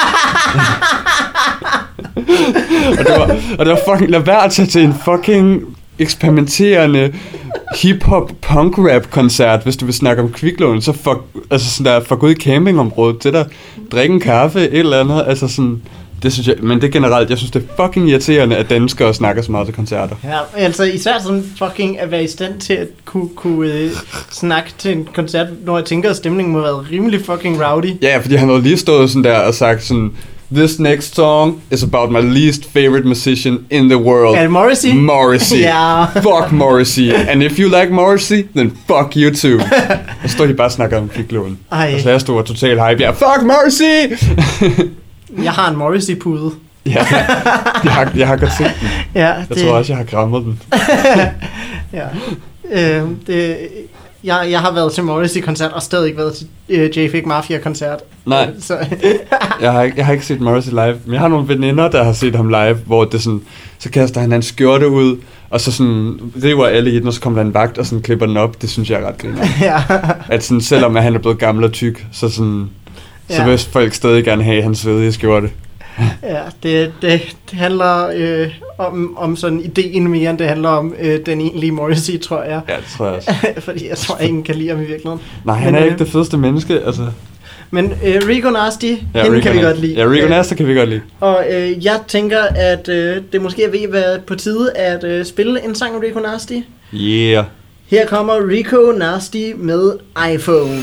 og, det var, og det var fucking, lad være at tage til en fucking eksperimenterende hip-hop punk-rap koncert, hvis du vil snakke om kviklån, så fuck, altså sådan der, fuck ud i campingområdet, det der, drikke en kaffe, et eller andet, altså sådan, det synes jeg, men det er generelt, jeg synes det er fucking irriterende, at danskere snakker så meget til koncerter. Ja, altså især sådan fucking at være i stand til at kunne, kunne øh, snakke til en koncert, når jeg tænker, at stemningen må have været rimelig fucking rowdy. Ja, fordi han havde lige stået sådan der og sagt sådan, this next song is about my least favorite musician in the world. Er det Morrissey? Morrissey. Ja. Fuck Morrissey. And if you like Morrissey, then fuck you too. Og så stod de bare og snakker om kviklån. Og så jeg stod og total hype. Ja, fuck Morrissey! Jeg har en Morrissey-pude. Ja, jeg har, jeg har godt set den. Ja, jeg det... tror også, jeg har krammet den. ja. Øh, det... Jeg, jeg har været til Morrissey-koncert og stadig ikke været til øh, JPEG Mafia-koncert. Nej, så. jeg, har ikke, jeg har ikke set Morrissey live, men jeg har nogle veninder, der har set ham live, hvor det sådan, så kaster han hans skjorte ud, og så sådan river alle i den, og så kommer der en vagt og sådan klipper den op. Det synes jeg er ret griner. Ja. At sådan, selvom at han er blevet gammel og tyk, så, sådan, så ja. vil folk stadig gerne have hans svedige skjorte. Ja, det, det, det handler øh, om, om sådan ideen mere, end det handler om øh, den egentlige Morrissey, tror jeg. Ja, det tror jeg også. Fordi jeg tror, ingen kan lide ham i virkeligheden. Nej, han men, er øh, ikke det fedeste menneske, altså. Men øh, Rico Nasty, ja, hende Rico kan vi Na- godt lide. Ja, Rico Nasty kan vi godt lide. Og øh, jeg tænker, at øh, det måske er ved at være på tide at øh, spille en sang af Rico Nasty. Yeah. Her kommer Rico Nasty med iPhone.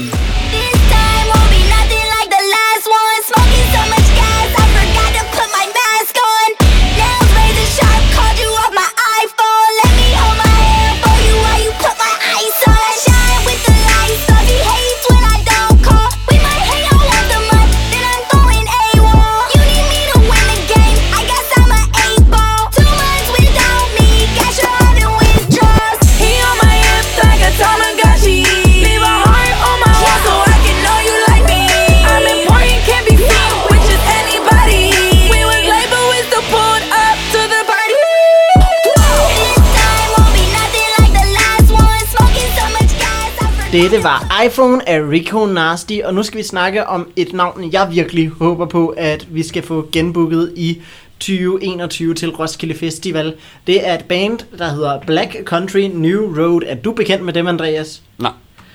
Dette var iPhone af Rico Nasty, og nu skal vi snakke om et navn, jeg virkelig håber på, at vi skal få genbooket i tyve enogtyve til Roskilde Festival. Det er et band, der hedder Black Country New Road. Er du bekendt med dem, Andreas? Nej.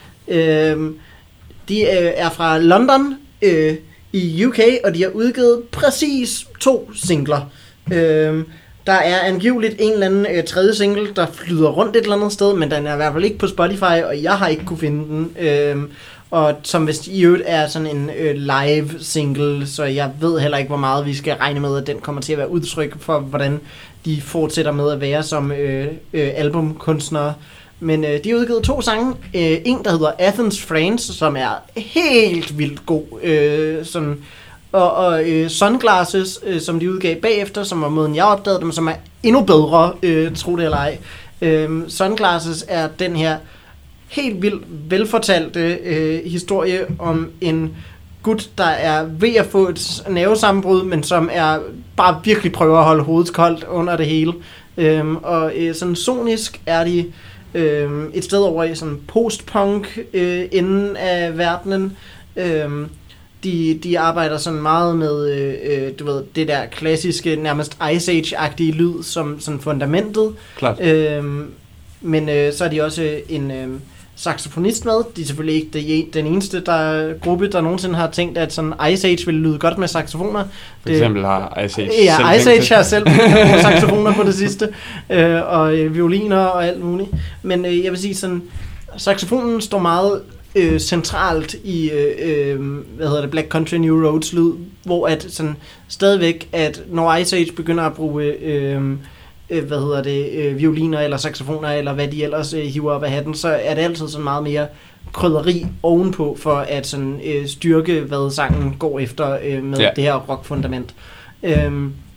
Øhm, de øh, er fra London øh, i U K, og de har udgivet præcis to singler. Øhm, Der er angiveligt en eller anden øh, tredje single, der flyder rundt et eller andet sted, men den er i hvert fald ikke på Spotify, og jeg har ikke kunne finde den. Øhm, og som vist i øvrigt er sådan en øh, live single, så jeg ved heller ikke, hvor meget vi skal regne med, at den kommer til at være udtryk for, hvordan de fortsætter med at være som øh, øh, albumkunstnere. Men øh, de har udgivet to sange. Øh, en, der hedder Athens, France, som er helt vildt god. Øh, sådan... Og, og øh, Sunglasses, øh, som de udgav bagefter, som var måden jeg opdagede dem, som er endnu bedre, øh, tro det eller ej. Øh, Sunglasses er den her helt vildt velfortalte øh, historie om en gut, der er ved at få et nervesammenbrud, men som er bare virkelig prøver at holde hovedet koldt under det hele. Øh, og øh, sådan sonisk er de øh, et sted over i sådan postpunk øh, enden af verdenen. Øh, De, de arbejder sådan meget med, øh, du ved, det der klassiske, nærmest Ice Age-agtige lyd som sådan fundamentet. Klart. Øhm, men øh, så er de også en øh, saxofonist med. De er selvfølgelig ikke det, den eneste der, gruppe, der nogensinde har tænkt, at sådan Ice Age ville lyde godt med saxofoner. For eksempel har Ice Age ja, selv Ice Age har selv saxofoner på det sidste, øh, og øh, violiner og alt muligt. Men øh, jeg vil sige sådan, saxofonen står meget Øh, centralt i øh, hvad hedder det, Black Country New Roads lyd, hvor at sådan stadigvæk, at når Ice Age begynder at bruge øh, øh, hvad hedder det, øh, violiner eller saxofoner eller hvad de ellers øh, hiver op af hatten, så er det altid sådan meget mere krydderi ovenpå for at sådan øh, styrke hvad sangen går efter øh, med yeah. det her rockfundament. Øh,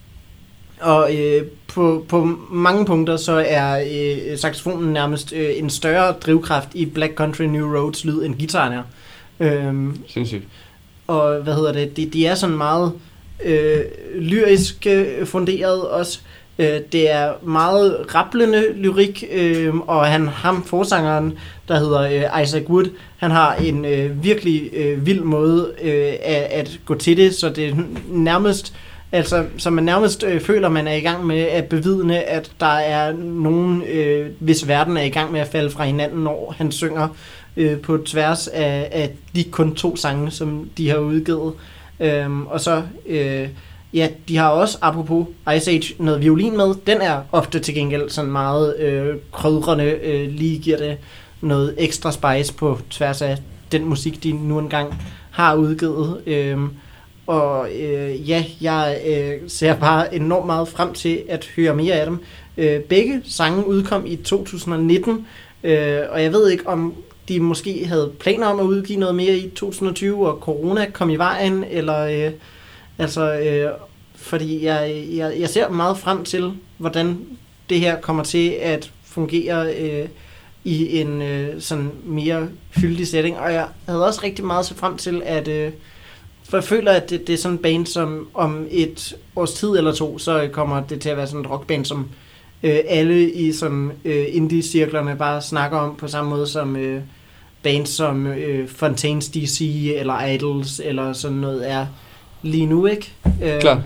Og øh, på, på mange punkter så er øh, saxofonen nærmest øh, en større drivkraft i Black Country New Roads lyd end guitaren er. Øhm, Sindssygt. og hvad hedder det, de, de er sådan meget øh, lyrisk funderet også. Øh, det er meget rablende lyrik, øh, og han, ham forsangeren, der hedder øh, Isaac Wood, han har en øh, virkelig øh, vild måde øh, at, at gå til det, så det er nærmest, altså, så man nærmest øh, føler, man er i gang med at bevidne, at der er nogen, øh, hvis verden er i gang med at falde fra hinanden, når han synger øh, på tværs af, af de kun to sange, som de har udgivet. Øh, og så... Øh, Ja, de har også, apropos Ice Age, noget violin med. Den er ofte til gengæld sådan meget øh, krydrende, øh, lige giver det noget ekstra spice på tværs af den musik, de nu engang har udgivet. Øhm, og øh, ja, jeg øh, ser bare enormt meget frem til at høre mere af dem. Øh, begge sange udkom i to tusind nitten, øh, og jeg ved ikke, om de måske havde planer om at udgive noget mere i to tusind tyve, og corona kom i vejen, eller... Øh, Altså, øh, fordi jeg, jeg, jeg ser meget frem til, hvordan det her kommer til at fungere øh, i en øh, sådan mere fyldig setting. Og jeg havde også rigtig meget set frem til, at øh, for jeg føler, at det, det er sådan en band, som om et års tid eller to, så kommer det til at være sådan en rockband, som øh, alle i sådan øh, indie-cirklerne bare snakker om på samme måde som øh, bands som øh, Fontaines D C eller Idols eller sådan noget er lige nu, ikke? Øh, Klar.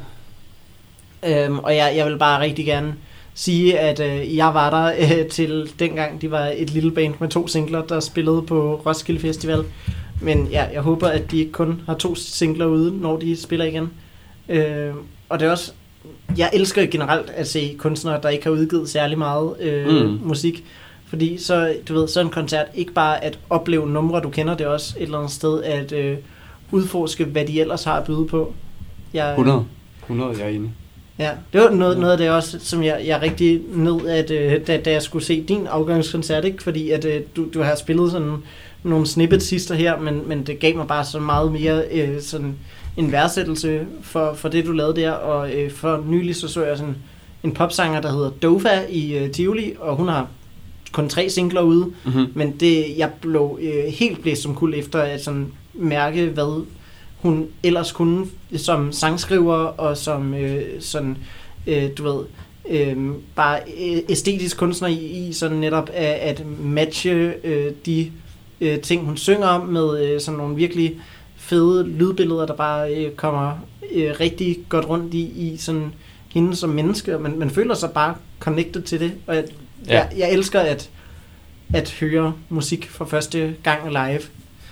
Øhm, og jeg, jeg vil bare rigtig gerne sige, at øh, jeg var der øh, til dengang, de var et lille band med to singler, der spillede på Roskilde Festival. Men ja, jeg håber, at de ikke kun har to singler ude, når de spiller igen. Øh, og det er også, jeg elsker generelt at se kunstnere, der ikke har udgivet særlig meget øh, mm. musik. Fordi så, du ved, så en koncert ikke bare at opleve numre, du kender, det er også et eller andet sted at øh, udforske, hvad de ellers har at byde på. Jeg, hundrede. hundrede, jeg er enig. Ja, det var noget, noget af det også, som jeg, jeg rigtig nød, at, øh, da, da jeg skulle se din afgangskoncert, ikke? Fordi at, øh, du, du har spillet sådan nogle snippets sidste her, men, men det gav mig bare så meget mere øh, sådan en værdsættelse for, for det, du lavede der, og øh, for nylig så så jeg sådan en popsanger, der hedder Dofa i øh, Tivoli, og hun har kun tre singler ude, mm-hmm. men det, jeg blev øh, helt blæst som kul efter at sådan mærke, hvad hun ellers kunne som sangskriver og som øh, sådan, øh, du ved, øh, bare æstetisk kunstner i, i sådan netop at, at matche øh, de øh, ting, hun synger om med øh, sådan nogle virkelig fede lydbilleder, der bare øh, kommer øh, rigtig godt rundt i, i sådan hende som menneske, og man, man føler sig bare connected til det, og jeg, ja. jeg, jeg elsker at, at høre musik for første gang live.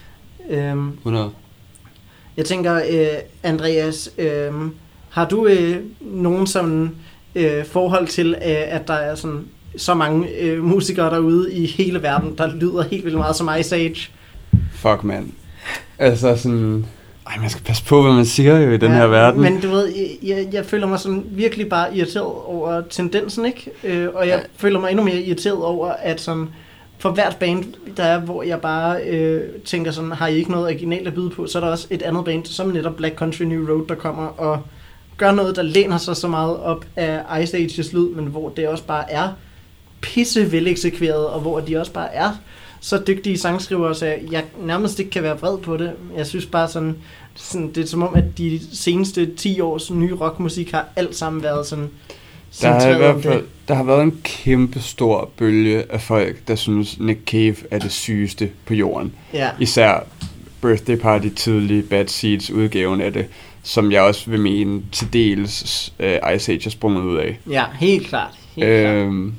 Øhm, hundrede. Jeg tænker, øh, Andreas, øh, har du øh, nogen sådan øh, forhold til, øh, at der er sådan så mange øh, musikere derude i hele verden, der lyder helt vildt meget som Ice Age? Fuck, man. Altså sådan... Ej, man skal passe på, hvad man siger jo i den ja, her verden. Men du ved, jeg, jeg føler mig sådan virkelig bare irriteret over tendensen, ikke? Øh, og jeg ja. føler mig endnu mere irriteret over, at sådan... For hvert band, der er, hvor jeg bare øh, tænker sådan, har I ikke noget originalt at byde på, så er der også et andet band, som netop Black Country New Road, der kommer og gør noget, der læner sig så meget op af Ice Ages lyd, men hvor det også bare er pisse veleksekveret, og hvor de også bare er så dygtige sangskrivere, så jeg, jeg nærmest ikke kan være vred på det. Jeg synes bare sådan, sådan, det er som om, at de seneste ti års nye rockmusik har alt sammen været sådan... Der har, i hvert fald, der har været en kæmpe stor bølge af folk, der synes Nick Cave er det sygeste på jorden. Ja. Især Birthday Party tidlig, Bad Seeds udgaven af det, som jeg også vil mene til dels uh, Ice Age er sprunget ud af. Ja, helt klart. Helt øhm,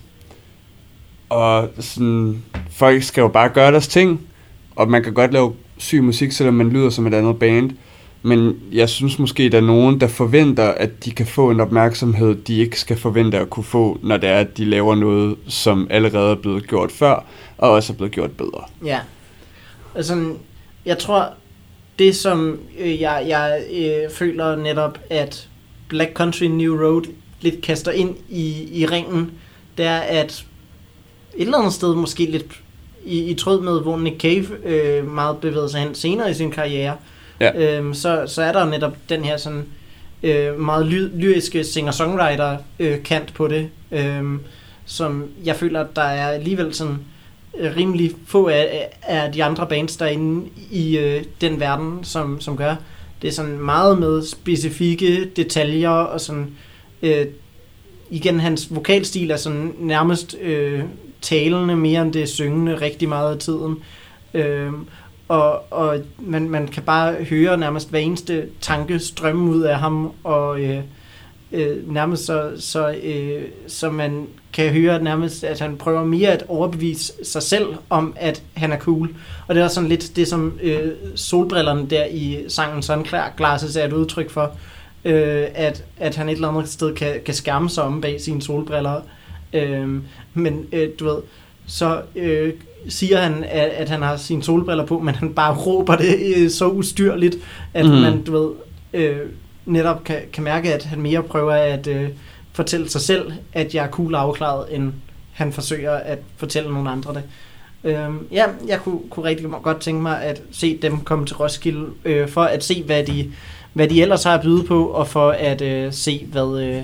klart. Og sådan, folk skal jo bare gøre deres ting, og man kan godt lave syg musik, selvom man lyder som et andet band. Men jeg synes måske, der er nogen, der forventer, at de kan få en opmærksomhed, de ikke skal forvente at kunne få, når det er, at de laver noget, som allerede er blevet gjort før, og også er blevet gjort bedre. Ja. Altså, jeg tror, det som øh, jeg, jeg øh, føler netop, at Black Country New Road lidt kaster ind i, i ringen, det er, at et eller andet sted måske lidt i, i tråd med, hvor Nick Cave øh, meget bevægede sig hen senere i sin karriere, ja. øhm, så, så er der netop den her sådan øh, meget ly- lyriske singer-songwriter øh, kant på det, øh, som jeg føler, at der er alligevel sådan øh, rimelig få af, af de andre bands derinde i øh, den verden, som, som gør. det er sådan meget med specifikke detaljer, og sådan, øh, igen, hans vokalstil er sådan nærmest øh, talende, mere end det er syngende rigtig meget af tiden. Øh, og og man, man kan bare høre nærmest hver eneste tanke strømme ud af ham, og øh, øh, nærmest så, så, øh, så man kan høre nærmest, at han prøver mere at overbevise sig selv om, at han er cool. Og det er sådan lidt det, som øh, solbrillerne der i sangen Sunglasses er et udtryk for, øh, at, at han et eller andet sted kan, kan skærme sig om bag sine solbriller. Øh, men øh, du ved, så øh, siger han, at, at han har sine solbriller på, men han bare råber det øh, så ustyrligt, at mm. man, du ved, øh, netop kan, kan mærke, at han mere prøver at øh, fortælle sig selv, at jeg er cool og afklaret, end han forsøger at fortælle nogle andre det. Øh, ja, jeg kunne, kunne rigtig godt tænke mig at se dem komme til Roskilde, øh, for at se, hvad de, hvad de ellers har at byde på, og for at øh, se, hvad, øh,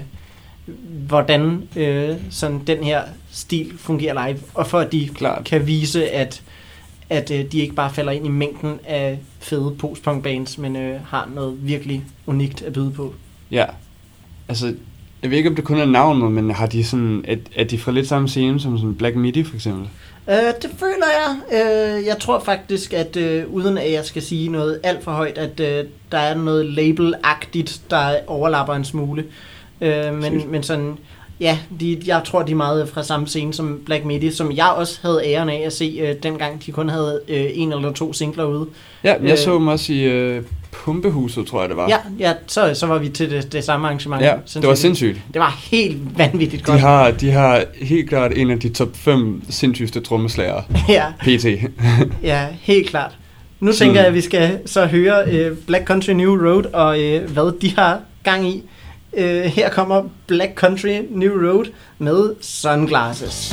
hvordan øh, sådan den her stil fungerer live, og for at de Klart. kan vise, at, at øh, de ikke bare falder ind i mængden af fede post-punk bands, men øh, har noget virkelig unikt at byde på. Ja, altså, jeg ved ikke, om det kun er navnet, men har de sådan, er, er de fra lidt samme scene som sådan Black Midi for eksempel? Uh, det føler jeg. Uh, jeg tror faktisk, at uh, uden at jeg skal sige noget alt for højt, at uh, der er noget label-agtigt, der overlapper en smule. Uh, men, men sådan, ja, de, jeg tror, de er meget fra samme scene som Black Midi, som jeg også havde æren af at se, uh, dengang de kun havde uh, en eller to singler ude. Ja, jeg uh, så dem også i uh, Pumpehuset, tror jeg det var. Ja, ja så, så var vi til det, det samme arrangement. Ja, det var sindssygt. Det var helt vanvittigt godt. De har, de har helt klart en af de top fem sindssygste trommeslagere. Ja. P T. Ja, helt klart. Nu tænker jeg, at vi skal så høre uh, Black Country New Road, og uh, hvad de har gang i. Uh, her kommer Black Country New Road med Sunglasses.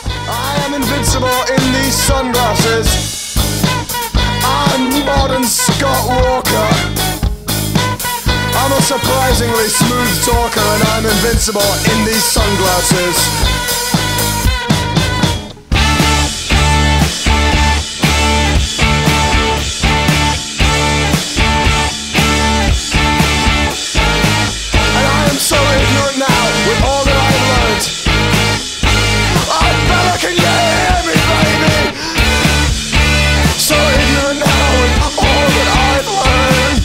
I am invincible in these sunglasses. I'm modern Scott Walker. I'm a surprisingly smooth talker, and I'm invincible in these sunglasses. And I am so ignorant now with all that I've learned. I better can you hear me, baby? So ignorant now with all that I've learned.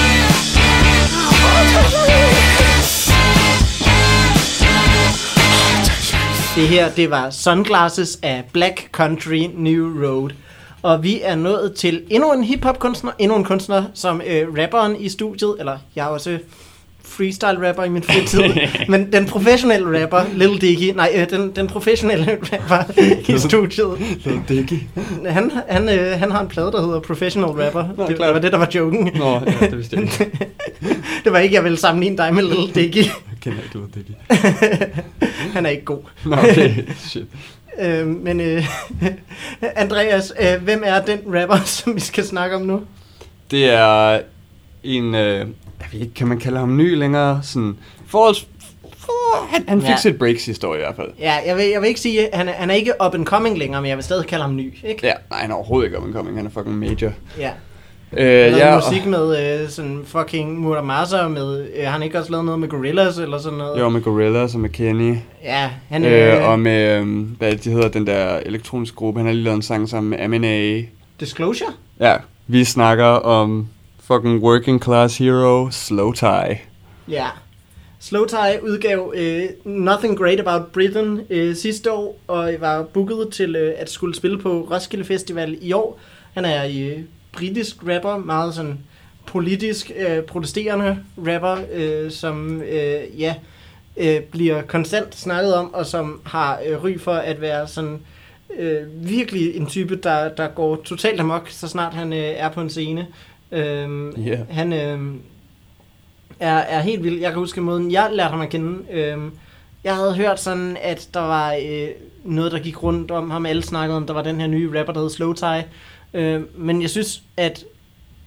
Det her, det var Sunglasses af Black Country New Road. Og vi er nået til endnu en hip-hop-kunstner, endnu en kunstner som øh, rapperen i studiet, eller jeg er også freestyle-rapper i min fritid, men den professionelle rapper, Lil Dicky, nej, øh, den, den professionelle rapper i studiet. Lil Dicky. Han, han, øh, han har en plade, der hedder Professional Rapper. Nå, det, det var det, der var joken. Nå, ja, det vidste jeg ikke. Det var ikke, jeg ville sammenligne dig med Lil Dicky. Jeg kender ikke Lil Dicky. Han er ikke god. Nå, okay, shit. Øh, men øh, Andreas, øh, hvem er den rapper, som vi skal snakke om nu? Det er en, øh, jeg ved ikke, kan man kalde ham ny længere? Sådan, forholds, for, han, han fik Ja. sit break sidste år i hvert fald. Ja, jeg vil, jeg vil ikke sige, at han er, han er ikke up and coming længere, men jeg vil stadig kalde ham ny, ikke? Ja, nej, han er overhovedet ikke up and coming, han er fucking major. Ja. Øh, Lavet ja, musik og, med øh, sådan fucking Muramasa, med, øh, har han ikke også lavet noget med Gorillaz eller sådan noget? jo, med Gorillaz og med Kenny. Ja, han er... Øh, og med, øh, hvad de hedder, den der elektroniske gruppe, han har lige lavet en sang sammen med M N A. Disclosure? Ja, vi snakker om fucking working class hero, Slow Tie. Ja. Slow Tie udgav øh, Nothing Great About Britain øh, sidste år, og var booket til øh, at skulle spille på Roskilde Festival i år. Han er øh, britisk rapper, meget sådan politisk øh, protesterende rapper, øh, som øh, ja øh, bliver konstant snakket om, og som har øh, ry for at være sådan øh, virkelig en type, der, der går totalt amok, så snart han øh, er på en scene. Øh, Yeah. Han øh, er, er helt vild. Jeg kan huske måden, jeg lærte ham at kende. Øh, jeg havde hørt sådan, at der var øh, noget, der gik rundt om ham. Alle snakkede om, der var den her nye rapper, der hed Slow Tie. Øh, men jeg synes, at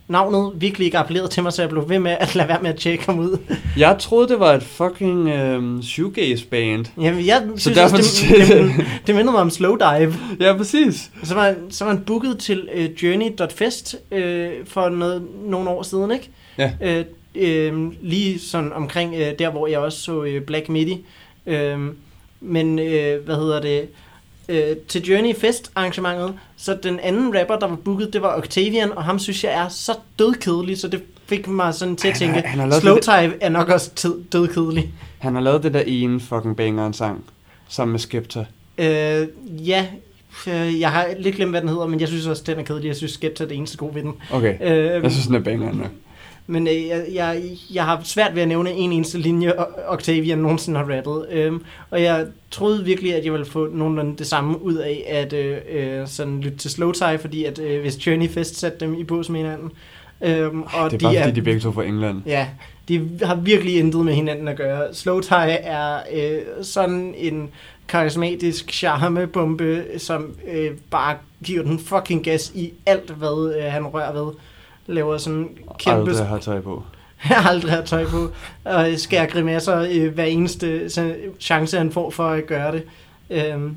navnet virkelig ikke appellerede til mig, så jeg blev ved med at lade være med at tjekke ham ud. Jeg troede, det var et fucking øhm, shoegaze band. Jamen, jeg Så synes derfor også, det, det, det, det mindede mig om Slow Dive. Ja, præcis. Så var, så var han booket til uh, journey dot fest uh, for noget, nogle år siden, ikke? Ja. Uh, uh, lige sådan omkring uh, der, hvor jeg også så uh, Black Midi. Uh, men, uh, hvad hedder det... Øh, til Journey Fest arrangementet, så den anden rapper, der var booket, det var Octavian, og ham synes jeg er så dødkedelig, så det fik mig sådan til at tænke, han har, han har Slowthai er nok også tid, dødkedelig. Han har lavet det der ene fucking bangeren sang, sammen med Skepta. Øh, ja, øh, jeg har lidt glemt, hvad den hedder, men jeg synes også, den er kedelig. Jeg synes, Skepta er det eneste gode ved den. Okay, øh, jeg synes, den er bangeren nok. Men øh, jeg, jeg, jeg har svært ved at nævne en eneste linje, Octavian nogensinde har rappet. Øhm, og jeg troede virkelig, at jeg ville få nogenlunde det samme ud af at øh, øh, sådan lytte til Slowthai, fordi at øh, hvis Journey Fest satte dem i bås med hinanden. Øhm, og det er de bare er, fordi, de begge to fra England. Ja, de har virkelig intet med hinanden at gøre. Slowthai er øh, sådan en karismatisk charmebombe, som øh, bare giver den fucking gas i alt, hvad øh, han rører ved. Laver sådan kæmpe... Aldrig har tøj på. Aldrig har tøj på. Og skærer grimasser øh, hver eneste så, chance, han får for at gøre det. Øhm,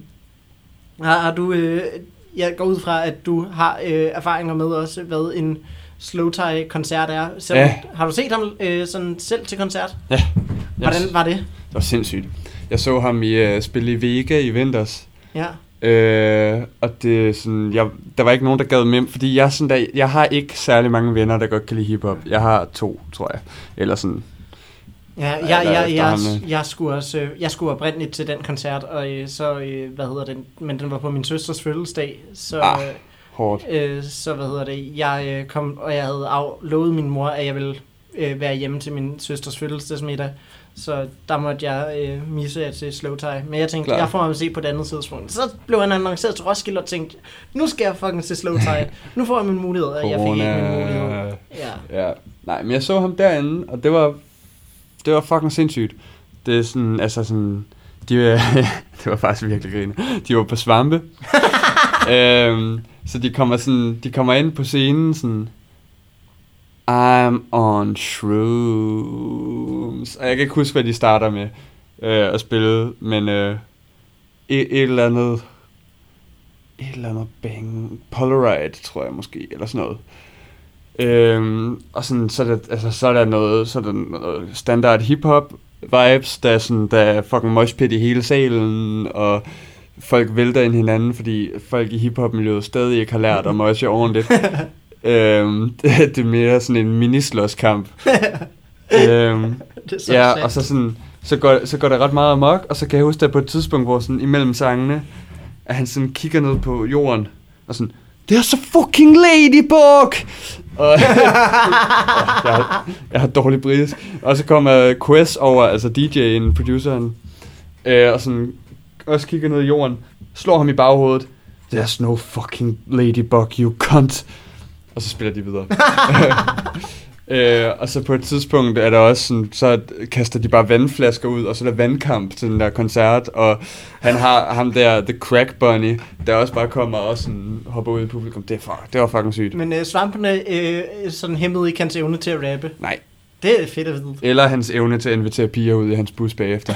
har, har du... Øh, jeg går ud fra, at du har øh, erfaringer med også, hvad en Slowthai-koncert er. Selv, ja. Har du set ham øh, sådan selv til koncert? Ja. Hvordan var det? Det var sindssygt. Jeg så ham i uh, spille i Vega i vinters. Ja. Øh, og det sådan, jeg, der var ikke nogen, der gad med, fordi jeg, sådan der, jeg har ikke særlig mange venner, der godt kan lide hiphop. Jeg har to, tror jeg. Eller sådan... Ja, jeg, jeg, jeg, jeg, jeg, skulle også, jeg skulle oprindeligt til den koncert, og så, hvad hedder den, men den var på min søsters fødselsdag, så, ah, hårdt. Øh, så hvad hedder det, jeg kom, og jeg havde af, lovet min mor, at jeg ville øh, være hjemme til min søsters fødselsdagsmiddag, så der måtte jeg øh, misse at se Slowthai, men jeg tænkte, Klar. jeg får ham at se på et andet tidspunkt. Så blev han annonceret til Roskilde og tænkte, nu skal jeg fucking se Slowthai, nu får jeg min mulighed, og jeg fik ikke min mulighed. Ja. Ja. Nej, men jeg så ham derinde, og det var... Det var fucking sindssygt. Det er sådan, altså sådan, de det var faktisk virkelig grine. De var på svampe. øhm, så de kommer sådan, de kommer ind på scenen sådan, I'm on shrooms. Og jeg kan ikke huske, hvad de starter med øh, at spille, men øh, et, et eller andet, et eller andet bang, Polaroid, tror jeg måske, eller sådan noget. Øhm, og sådan, så er der, altså, så er der noget, så er der noget standard hip-hop vibes, der er sådan, der er fucking moshpit i hele salen, og folk vælter ind hinanden, fordi folk i hip-hop-miljøet stadig ikke har lært at moshe ordentligt. øhm, det, det er mere sådan en minislåskamp. øhm, ja, og så sådan, så går, så går der ret meget amok, og så kan jeg huske, der på et tidspunkt, hvor sådan imellem sangene, at han sådan kigger ned på jorden, og sådan, det er så fucking ladybug! Og, jeg, har, jeg har dårlig britisk. Og så kommer Quest over, altså D J'en, produceren, øh, og sådan også kigger ned i jorden, slår ham i baghovedet. There's no fucking ladybug, you cunt! Og så spiller de videre. øh, og så på et tidspunkt er der også sådan, så kaster de bare vandflasker ud, og så er der vandkamp til den der koncert, og han har ham der, The Crack Bunny, der også bare kommer og sådan hopper ud i publikum. Det, er fuck, det var fucking sygt. Men øh, svampene øh, sådan hæmmede ikke hans evne til at rappe. Nej. Det er fedt at vide. Eller hans evne til at invitere piger ud i hans bus bagefter.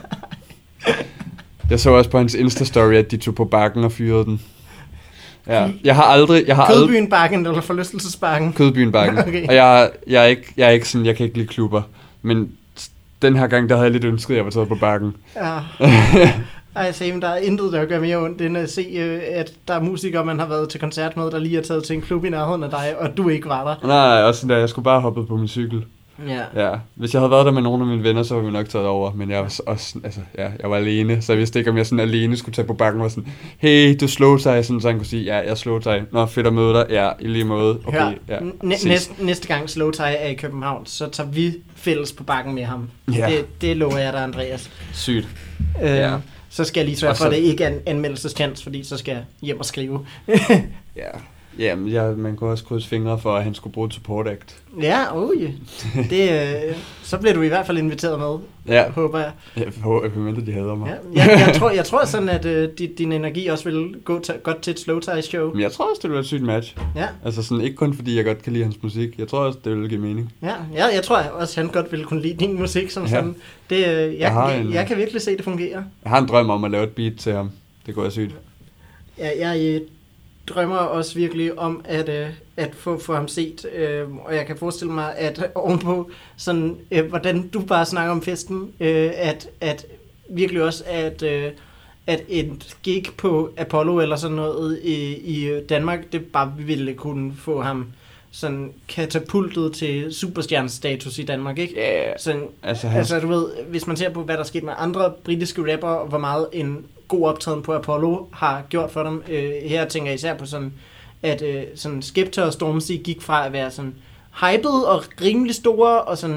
Jeg så også på hans Insta-story, at de tog på bakken og fyrede den. Ja, jeg har aldrig... Jeg har Kødbyen Bakken eller Forlystelsesbakken? Kødbyen Bakken. Okay. Og jeg, jeg, er ikke, jeg er ikke sådan, jeg kan ikke lide klubber. Men den her gang, der havde jeg lidt ønsket, at jeg var taget på Bakken. Ja. Ej, same, der er intet, der gør mere ondt, end at se, at der er musikere, man har været til koncert med, der lige er taget til en klub i nærheden af dig, og du ikke var der. Nej, også sådan der, jeg skulle bare hoppe på min cykel. Ja. Ja. Hvis jeg havde været der med nogle af mine venner, så var vi nok taget over. Men jeg var også, altså, ja, jeg var alene, så jeg vidste ikke, om jeg sådan alene skulle tage på Bakken og sådan, hey, du Slowthai, sådan så han kunne sige, ja, jeg Slowthai. Nå, fedt at møde dig. Ja, i lige måde. Okay, Hør, ja. Næ- næste, næste gang Slowthai er i København, så tager vi fælles på Bakken med ham. Ja. Det, det lover jeg dig, Andreas. Sygt. Øh, ja. Så skal jeg lige sørge og for, så... at det ikke er en anmeldelseschance, fordi så skal jeg hjem og skrive. Ja. Jamen, ja, man kunne også krydse fingre for, at han skulle bruge et support act. Ja, oh yeah. det, øh, så bliver du i hvert fald inviteret med, ja. håber jeg. Jeg håber, at de hader mig. Ja, jeg, jeg, tror, jeg tror sådan, at øh, din, din energi også vil gå t- godt til et Slow Tie show. Men jeg tror også, det vil være et sygt match. Ja. Altså sådan, ikke kun fordi jeg godt kan lide hans musik. Jeg tror også, det vil give mening. Ja, ja jeg tror også, han godt ville kunne lide din musik som ja. sådan. Det, øh, jeg, jeg, jeg, en, jeg kan virkelig se, det fungerer. Jeg har en drøm om at lave et beat til ham. Det går være sygt. Ja, jeg øh, drømmer også virkelig om at, øh, at få, få ham set, øh, og jeg kan forestille mig, at ovenpå sådan, øh, hvordan du bare snakker om festen, øh, at, at virkelig også, at, øh, at et gig på Apollo eller sådan noget i, i Danmark, det bare ville kunne få ham sådan katapultet til superstjernestatus i Danmark, ikke? Ja, yeah. Sådan, altså, altså du ved, hvis man ser på, hvad der skete med andre britiske rapper, og hvor meget en god optræden på Apollo har gjort for dem. Øh, her tænker jeg især på sådan, at øh, sådan Skepta og Stormzy gik fra at være sådan hyped og rimelig store, og sådan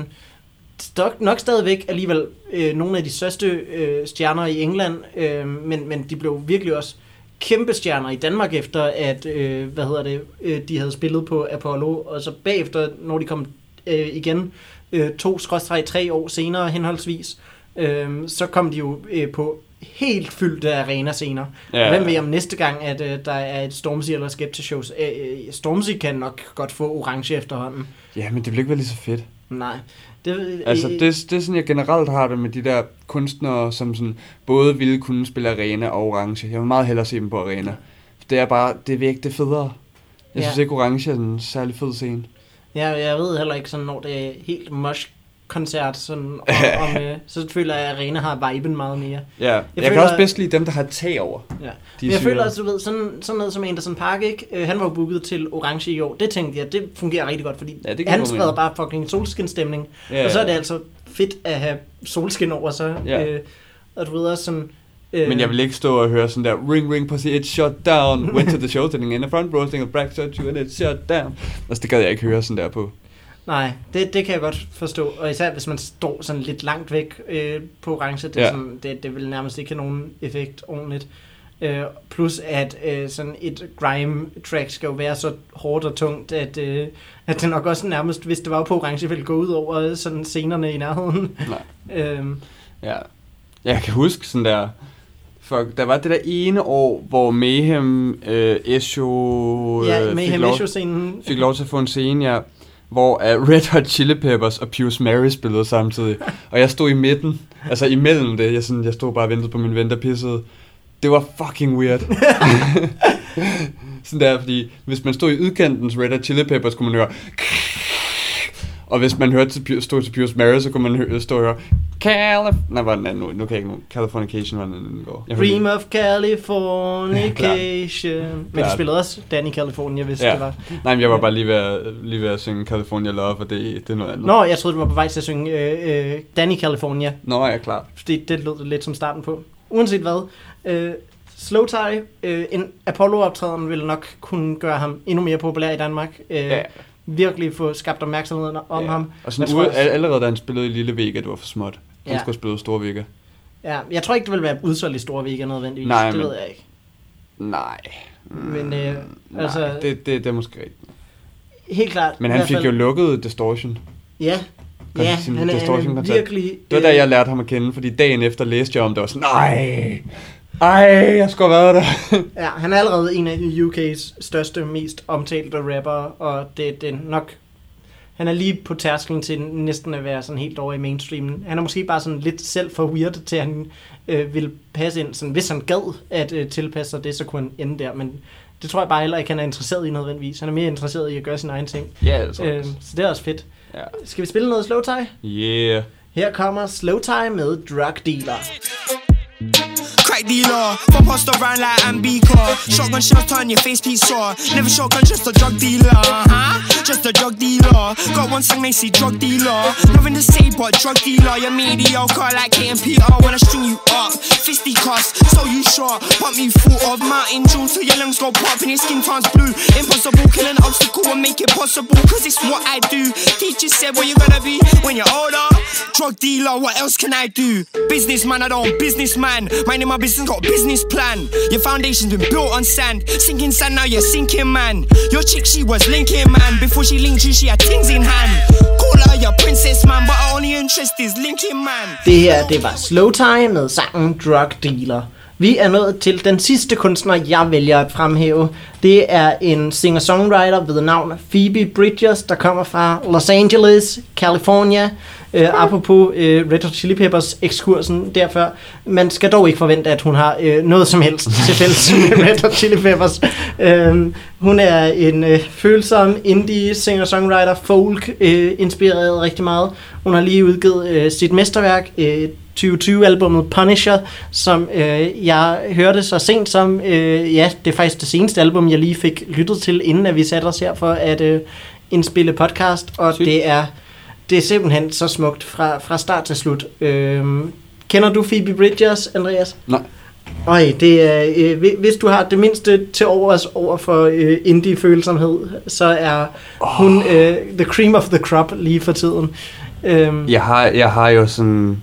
stok, nok stadigvæk alligevel øh, nogle af de største øh, stjerner i England, øh, men, men de blev virkelig også kæmpe stjerner i Danmark efter, at øh, hvad hedder det, øh, de havde spillet på Apollo, og så bagefter, når de kom øh, igen, øh, to skråstreg tre år senere henholdsvis, øh, så kom de jo øh, på helt fyldte arena-scener. Ja. Hvem ved om næste gang, at øh, der er et Stormzy eller Skepta-shows? Øh, Stormzy kan nok godt få orange efterhånden. Ja, men det bliver ikke være lige så fedt. Nej. Det, altså, det, det er sådan, jeg generelt har det med de der kunstnere, som sådan både ville kunne spille arena og orange. Jeg vil meget hellere se dem på arena. Det er bare, det er virkelig det federe. Jeg ja. synes ikke, orange er en særlig fed scene. Ja, jeg ved heller ikke sådan, når det er helt mosh koncert, sådan, og, og med, så føler jeg, at arena har viben meget mere. Ja, jeg, jeg føler, kan også bedst lide dem, der har tag over. Ja. Men jeg føler også, du ved, sådan, sådan noget som Anderson .Paak, ikke? Øh, han var jo booket til orange i år. Det tænkte jeg, det fungerer rigtig godt, fordi ja, han spreder bare fucking solskinstemning. Ja, og så er det altså fedt at have solskin over sig. Ja. Øh, og du ved også sådan... Øh, Men jeg vil ikke stå og høre sådan der, ring ring pussy, it's shut down, went to the show, sitting in the front row, singing black shot you and it's shut down. Altså det gad jeg ikke høre sådan der på. Nej, det, det kan jeg godt forstå, og især hvis man står sådan lidt langt væk øh, på orange, det, ja. sådan, det, det vil nærmest ikke have nogen effekt ordentligt. Øh, plus at øh, sådan et grime-track skal jo være så hårdt og tungt, at, øh, at det nok også nærmest, hvis det var på orange, ville gå ud over sådan scenerne i nærheden. Nej. øhm. Ja, jeg kan huske sådan der, fuck, der var det der ene år, hvor Mayhem øh, Esho øh, ja, Mayhem fik, lov, Esho-scenen. fik lov til at få en scene, ja. Hvor uh, Red Hot Chili Peppers og Pius Mary spillede samtidig. Og jeg stod i midten, altså imellem det. Jeg, sådan, jeg stod bare og ventede på min ven, der pissede. Det var fucking weird. Sådan der, fordi hvis man stod i udkantens Red Hot Chili Peppers, kunne man høre... Og hvis man hørte til, stod til Pius Mary, så kunne man høre, stå og høre... Calif... Nej, var den anden nu? Nu kan jeg ikke nu. Californication var den anden går. Dream of Californication. Ja, men du spillede også Danny California, hvis ja. det var. Nej, men jeg var bare lige ved at, lige ved at synge California Love, og det, det er noget andet. Nå, jeg troede, du var på vej til at synge øh, øh, Danny California. Nå, ja, klart. Fordi det lød lidt som starten på. Uanset hvad. Øh, Slow Tie, øh, en Apollo-optræden ville nok kunne gøre ham endnu mere populær i Danmark. Øh, ja. Virkelig få skabt opmærksomhed om ja. ham. Og sådan ude, allerede da han spillede i Lille Vega, det var for småt. Han ja. skulle spille Store Vega. Ja, jeg tror ikke, det vil være udsolgt i Store Vega nødvendigvis. Nej, det men, ved jeg ikke. Nej. Men øh, nej, altså... Det, det, det er måske rigtigt. Helt klart. Men han fik fald... jo lukket Distortion. Ja. Ja, han er, han er virkelig... Det var da, jeg lærte ham at kende, fordi dagen efter læste jeg om det, var sådan, nej... Ej, jeg skulle have været der. Ja, han er allerede en af U K's største, mest omtalte rapper, og det, det er nok... Han er lige på tærsklen til næsten at være sådan helt over i mainstreamen. Han er måske bare sådan lidt selv for weird til, at han øh, vil passe ind. Sådan, hvis han gad at øh, tilpasse sig det, så kunne han ende der. Men det tror jeg bare heller ikke, han er interesseret i nødvendigvis. Han er mere interesseret i at gøre sin egen ting. Ja, det øh, så det er også fedt. Ja. Skal vi spille noget Slow Tie? Yeah. Her kommer Slow Tie med Drug Dealer. Crack dealer, pop post around like Ambika. Shotgun shells turn your face piece sore. Never shotgun, just a drug dealer, huh? Just a drug dealer. Got one song they say drug dealer. Nothing to say but drug dealer. You're mediocre like K and Peter. Wanna string you up, fisticuffs, so you short. Pump me full of Mountain Dew till your lungs go pop and your skin turns blue. Impossible, kill an obstacle and make it possible. Cause it's what I do. Teacher said where you gonna be when you're older. drug dealer, what else can I do? Businessman, I don't businessman. Minding my business, got a business plan. Your foundation's been built on sand. Sinking sand, now you're sinking, man. Your chick, she was linking, man. Before she linked you, she had things in hand. Call her your princess, man, but her only interest is linking, man. Det her, det var Slowthai med sangen Drug Dealer. Vi er nået til den sidste kunstner, jeg vælger at fremhæve. Det er en singer-songwriter ved navn Phoebe Bridgers, der kommer fra Los Angeles, California. Uh, apropos uh, Red Hot Chili Peppers ekskursen derfor. Man skal dog ikke forvente, at hun har uh, noget som helst til fælles med Red Hot Chili Peppers. Uh, hun er en uh, følsom indie singer-songwriter, folk, uh, inspireret rigtig meget. Hun har lige udgivet uh, sit mesterværk, uh, tyve tyve-albummet Punisher, som øh, jeg hørte så sent som, øh, ja, det er faktisk det seneste album, jeg lige fik lyttet til, inden at vi satte os her for at øh, indspille podcast, og Sygt. det er det er simpelthen så smukt fra, fra start til slut. Øh, kender du Phoebe Bridgers, Andreas? Nej. Øj, det er, øh, hvis du har det mindste til overs over for øh, indie-følsomhed, så er oh. hun øh, the cream of the crop lige for tiden. Øh, jeg, har, jeg har jo sådan...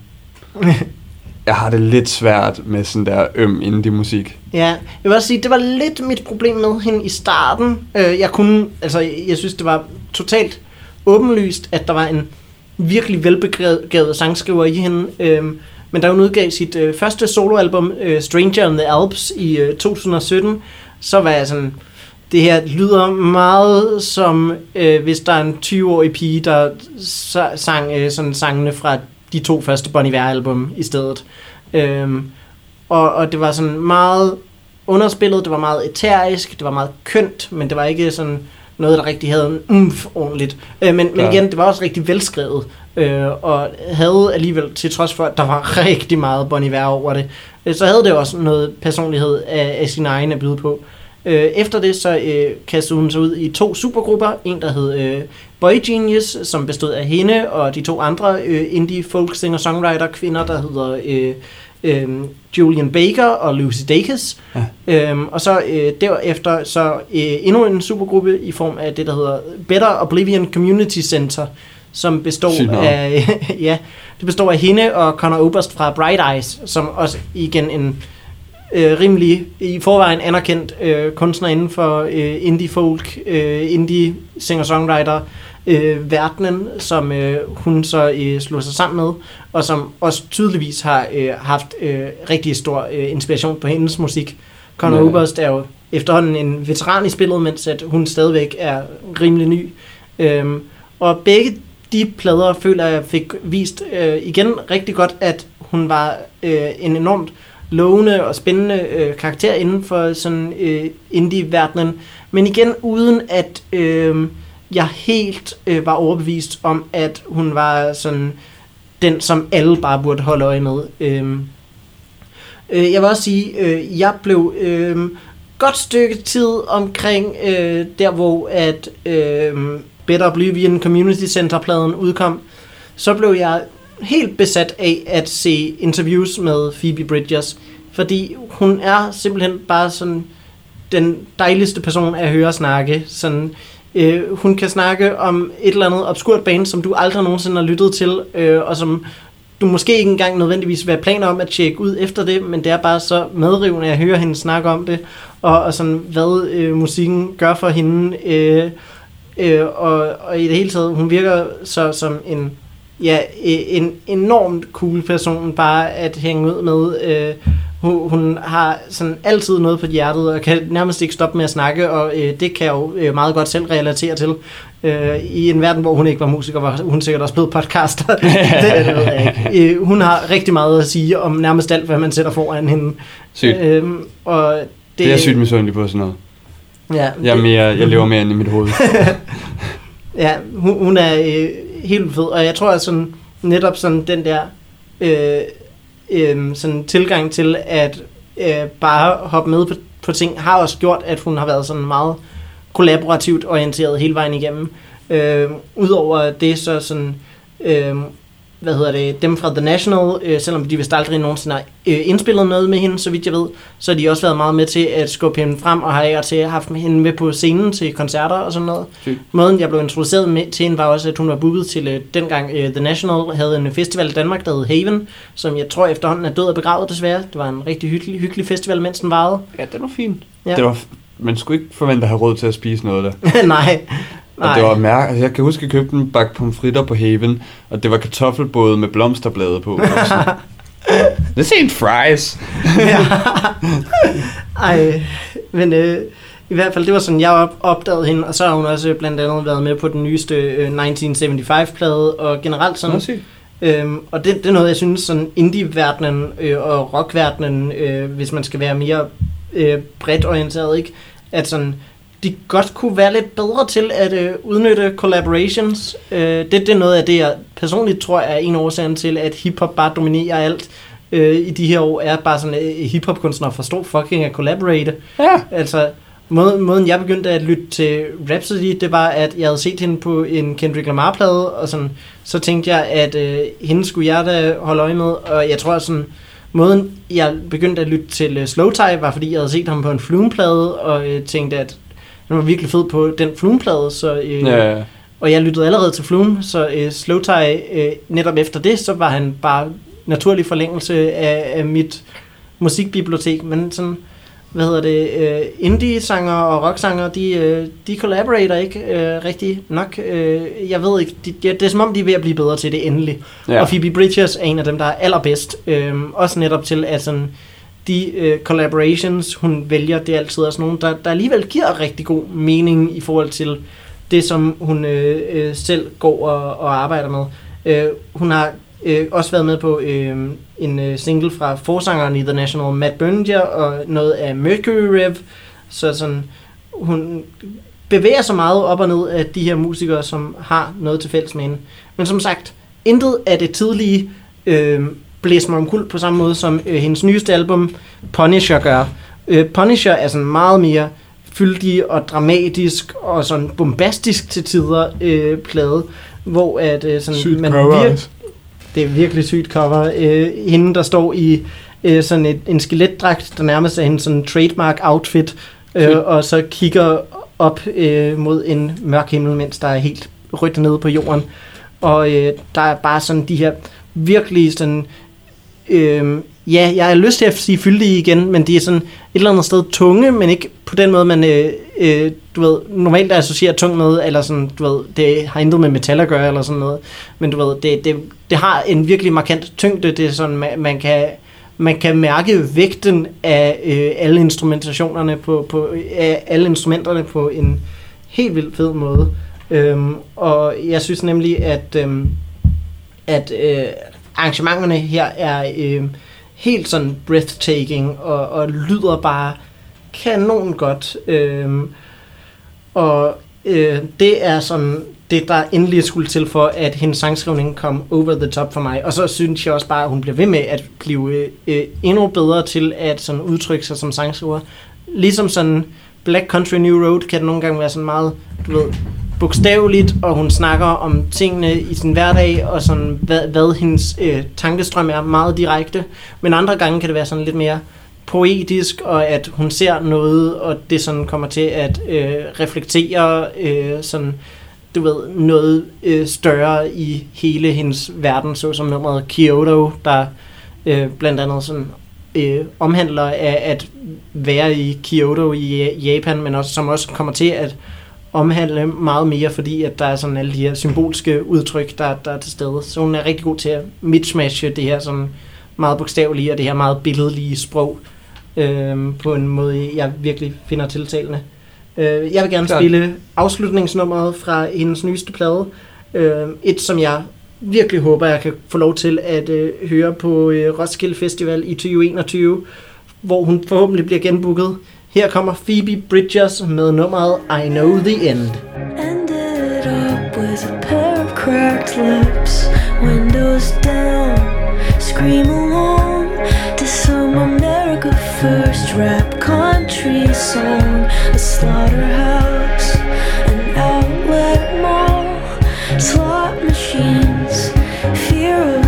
Jeg har det lidt svært med sådan der øm indie-musik. Ja, jeg vil også sige, det var lidt mit problem med hende i starten. Jeg kunne, altså, jeg synes, det var totalt åbenlyst, at der var en virkelig velbegavet sangskriver i hende. Men da hun udgav sit første soloalbum, Stranger in the Alps, i to tusind og sytten, så var jeg sådan, det her lyder meget som, hvis der er en tyve-årig pige, der sang sådan sangene fra de to første Bon Iver-album i stedet. Øhm, og, og det var sådan meget underspillet, det var meget æterisk, det var meget kønt, men det var ikke sådan noget, der rigtig havde en umf ordentligt. Øh, men, men igen, det var også rigtig velskrevet, øh, og havde alligevel, til trods for, at der var rigtig meget Bon Iver over det, øh, så havde det også noget personlighed af, af sin egen at byde på. Øh, efter det så øh, kastede hun sig ud i to supergrupper, en der hed øh, Boy Genius, som bestod af hende og de to andre øh, indie folk singer songwriter kvinder, der hedder øh, øh, Julian Baker og Lucy Dacus. Ja. Øh, og så øh, derefter så øh, endnu en supergruppe i form af det der hedder Better Oblivion Community Center, som består af ja, det består af hende og Conor Oberst fra Bright Eyes, som også igen en Øh, rimelig i forvejen anerkendt øh, kunstner inden for øh, indie folk, øh, indie singer-songwriter øh, verdenen, som øh, hun så øh, slog sig sammen med, og som også tydeligvis har øh, haft øh, rigtig stor øh, inspiration på hendes musik. Conor ja. Oberst er jo efterhånden en veteran i spillet, mens at hun stadigvæk er rimelig ny. Øhm, og begge de plader føler jeg fik vist øh, igen rigtig godt, at hun var øh, en enormt lovende og spændende øh, karakter inden for sådan øh, indie-verdenen, men igen uden at øh, jeg helt øh, var overbevist om, at hun var sådan den, som alle bare burde holde øje med. Øh, øh, jeg vil også sige, øh, jeg blev øh, godt stykke tid omkring øh, der, hvor at øh, Better Oblivion Community Center-pladen udkom, så blev jeg helt besat af at se interviews med Phoebe Bridgers, fordi hun er simpelthen bare sådan den dejligste person at høre snakke. Sådan, øh, hun kan snakke om et eller andet obskurt band, som du aldrig nogensinde har lyttet til, øh, og som du måske ikke engang nødvendigvis vil have planer om at tjekke ud efter det, men det er bare så medrivende at høre hende snakke om det, og, og sådan, hvad øh, musikken gør for hende, øh, øh, og, og i det hele taget, hun virker så som en ja, en enormt cool person bare at hænge ud med. Øh, hun, hun har sådan altid noget på hjertet og kan nærmest ikke stoppe med at snakke, og øh, det kan jeg jo øh, meget godt selv relatere til. Øh, I en verden, hvor hun ikke var musiker, var hun sikkert også blevet podcaster. det, det ved jeg ikke. Øh, hun har rigtig meget at sige om nærmest alt, hvad man sætter foran hende. Sygt. Øh, og det, det er jeg sygt misundelig på sådan noget. Ja, jeg, er mere, jeg lever mere end i mit hoved. ja, hun, hun er øh, helt fed, og jeg tror, at sådan, netop sådan den der øh, øh, sådan tilgang til at øh, bare hoppe med på, på ting, har også gjort, at hun har været sådan meget kollaborativt orienteret hele vejen igennem. Øh, Udover det, så sådan, øh, hvad hedder det, dem fra The National, øh, selvom de vist aldrig nogensinde har øh, indspillet noget med hende, så vidt jeg ved, så har de også været meget med til at skubbe hende frem, og har jeg til haft hende med på scenen til koncerter og sådan noget. Sygt. Måden, jeg blev introduceret med, til hende, var også, at hun var booket til, øh, dengang øh, The National havde en festival i Danmark, der hed Haven, som jeg tror efterhånden er død og begravet desværre. Det var en rigtig hyggelig, hyggelig festival, mens den varede. Ja, det var fint. Ja. Det var, man skulle ikke forvente at have råd til at spise noget der. Nej. Og det var mærke, altså jeg kan huske, at jeg købte en bakke pomfritter på Haven, og det var kartoffelbåde med blomsterblade på. This ain't fries. Ej, men øh, i hvert fald, det var sådan, jeg op- opdagede hende, og så har hun også blandt andet været med på den nyeste øh, nitten seventy-five-plade, og generelt sådan... Øhm, og det, det er noget, jeg synes, sådan indie-verdenen øh, og rock-verdenen, øh, hvis man skal være mere øh, bredt orienteret, ikke? At sådan... de godt kunne være lidt bedre til at øh, udnytte collaborations. Øh, det, det er noget af det, jeg personligt tror er en årsag til, at hiphop bare dominerer alt øh, i de her år, er bare sådan, at hiphop-kunstnere forstår fucking at collaborate. Ja. Altså, måden, måden jeg begyndte at lytte til Rhapsody, det var, at jeg havde set hende på en Kendrick Lamar-plade, og sådan, så tænkte jeg, at øh, hende skulle jeg da holde øje med, og jeg tror sådan, måden jeg begyndte at lytte til uh, Slowthai, var fordi jeg havde set ham på en Flume-plade, og øh, tænkte, at den var virkelig fed på den Flume-plade, så, øh, ja, ja. Og jeg lyttede allerede til Flume, så øh, Slowthai, øh, netop efter det, så var han bare naturlig forlængelse af, af mit musikbibliotek, men sådan, hvad hedder det, øh, indie-sanger og rock-sanger, de, øh, de collaborater ikke øh, rigtig nok. Øh, jeg ved ikke, de, de, det er som om, de er ved at blive bedre til det endelig. Ja. Og Phoebe Bridgers er en af dem, der er allerbedst, øh, også netop til, at sådan, de øh, collaborations, hun vælger, det er altid også nogen, der, der alligevel giver rigtig god mening i forhold til det, som hun øh, øh, selv går og, og arbejder med. Øh, hun har øh, også været med på øh, en øh, single fra forsangeren i The National, Matt Berninger, og noget af Mercury Rev, så sådan, hun bevæger sig meget op og ned af de her musikere, som har noget til fælles med hende. Men som sagt, intet af det tidlige øh, blæser mig omkuld på samme måde som øh, hendes nyeste album Punisher gør. Øh, Punisher er sådan meget mere fyldig og dramatisk og sådan bombastisk til tider øh, plade, hvor at øh, sådan sygt man cover. Vir- det er virkelig sygt cover. Øh, hende der står i øh, sådan et, en skeletdragt, der nærmest er hendes sådan trademark outfit, øh, og så kigger op øh, mod en mørk himmel, mens der er helt rødt nede på jorden. Og øh, der er bare sådan de her virkelig sådan øh, ja, jeg har lyst til at sige fyldige igen, men de er sådan et eller andet sted tunge, men ikke på den måde, man øh, øh, du ved, normalt associerer tung med, eller sådan, du ved, det har intet med metal at gøre, eller sådan noget, men du ved, det, det, det har en virkelig markant tyngde, det er sådan, man, man kan man kan mærke vægten af øh, alle instrumentationerne på, på af alle instrumenterne på en helt vildt fed måde. Øhm, og jeg synes nemlig, at øhm, at øh, arrangementerne her er øh, helt sådan breathtaking og, og lyder bare kanon godt. Øhm, og øh, det er sådan det, der endelig skulle til for, at hendes sangskrivning kom over the top for mig. Og så synes jeg også bare, at hun bliver ved med at blive øh, endnu bedre til at sådan udtrykke sig som sangskriver. Ligesom sådan Black Country New Road kan det nogle gange være sådan meget, du ved, bogstaveligt, og hun snakker om tingene i sin hverdag, og sådan, hvad, hvad hendes øh, tankestrøm er meget direkte. Men andre gange kan det være sådan lidt mere poetisk, og at hun ser noget, og det sådan kommer til at øh, reflektere øh, sådan, du ved, noget øh, større i hele hendes verden, så som nummeret Kyoto, der øh, blandt andet sådan øh, omhandler af at være i Kyoto i Japan, men også som også kommer til at omhandle meget mere, fordi at der er sådan alle de her symbolske udtryk, der, der er til stede. Så hun er rigtig god til at mismatche det her sådan meget bogstavelige og det her meget billedlige sprog øh, på en måde, jeg virkelig finder tiltalende. Øh, jeg vil gerne spille afslutningsnummeret fra hendes nyeste plade. Øh, et, som jeg virkelig håber, jeg kan få lov til at øh, høre på øh, Roskilde Festival i tyve enogtyve, hvor hun forhåbentlig bliver genbooket. Her kommer Phoebe Bridgers med nummeret I Know The End. Ended up with a pair of cracked lips, windows down, scream along to some America First rap country song. A slaughterhouse, an outlet mall, slot machines, fear of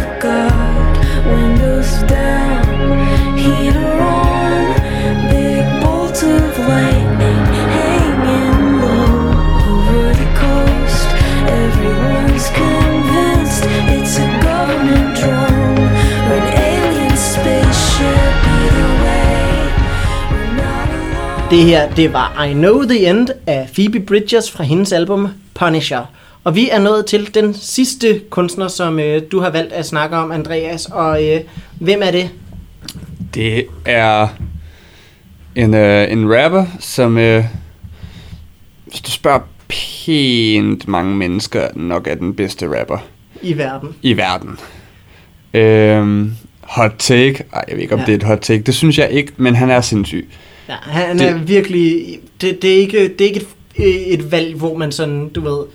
Det her, det var I Know The End af Phoebe Bridgers fra hendes album Punisher. Og vi er nået til den sidste kunstner, som øh, du har valgt at snakke om, Andreas. Og øh, hvem er det? Det er en, øh, en rapper, som øh, hvis du spørger pænt mange mennesker, nok er den bedste rapper I verden. I verden. Øhm, hot take. Ej, jeg ved ikke, om ja. det er et hot take. Det synes jeg ikke, men han er sindssyg. Ja, han det, er virkelig... Det, det, er ikke, det er ikke et, et valg, hvor man sådan, du ved,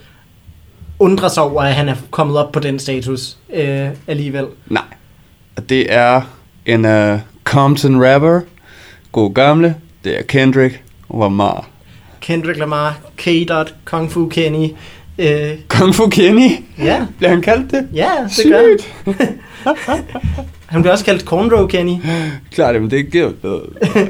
undrer sig over, at han er kommet op på den status øh, alligevel. Nej. Det er en uh, Compton rapper. God gamle. Det er Kendrick Lamar. Kendrick Lamar, K. Kung Fu Kenny. Øh, Kung Fu Kenny? Ja. Bliver han kaldt det? Ja, det Sygt. gør han. Han bliver også kaldt Cornrow Kenny. Klart, men det giver bedre.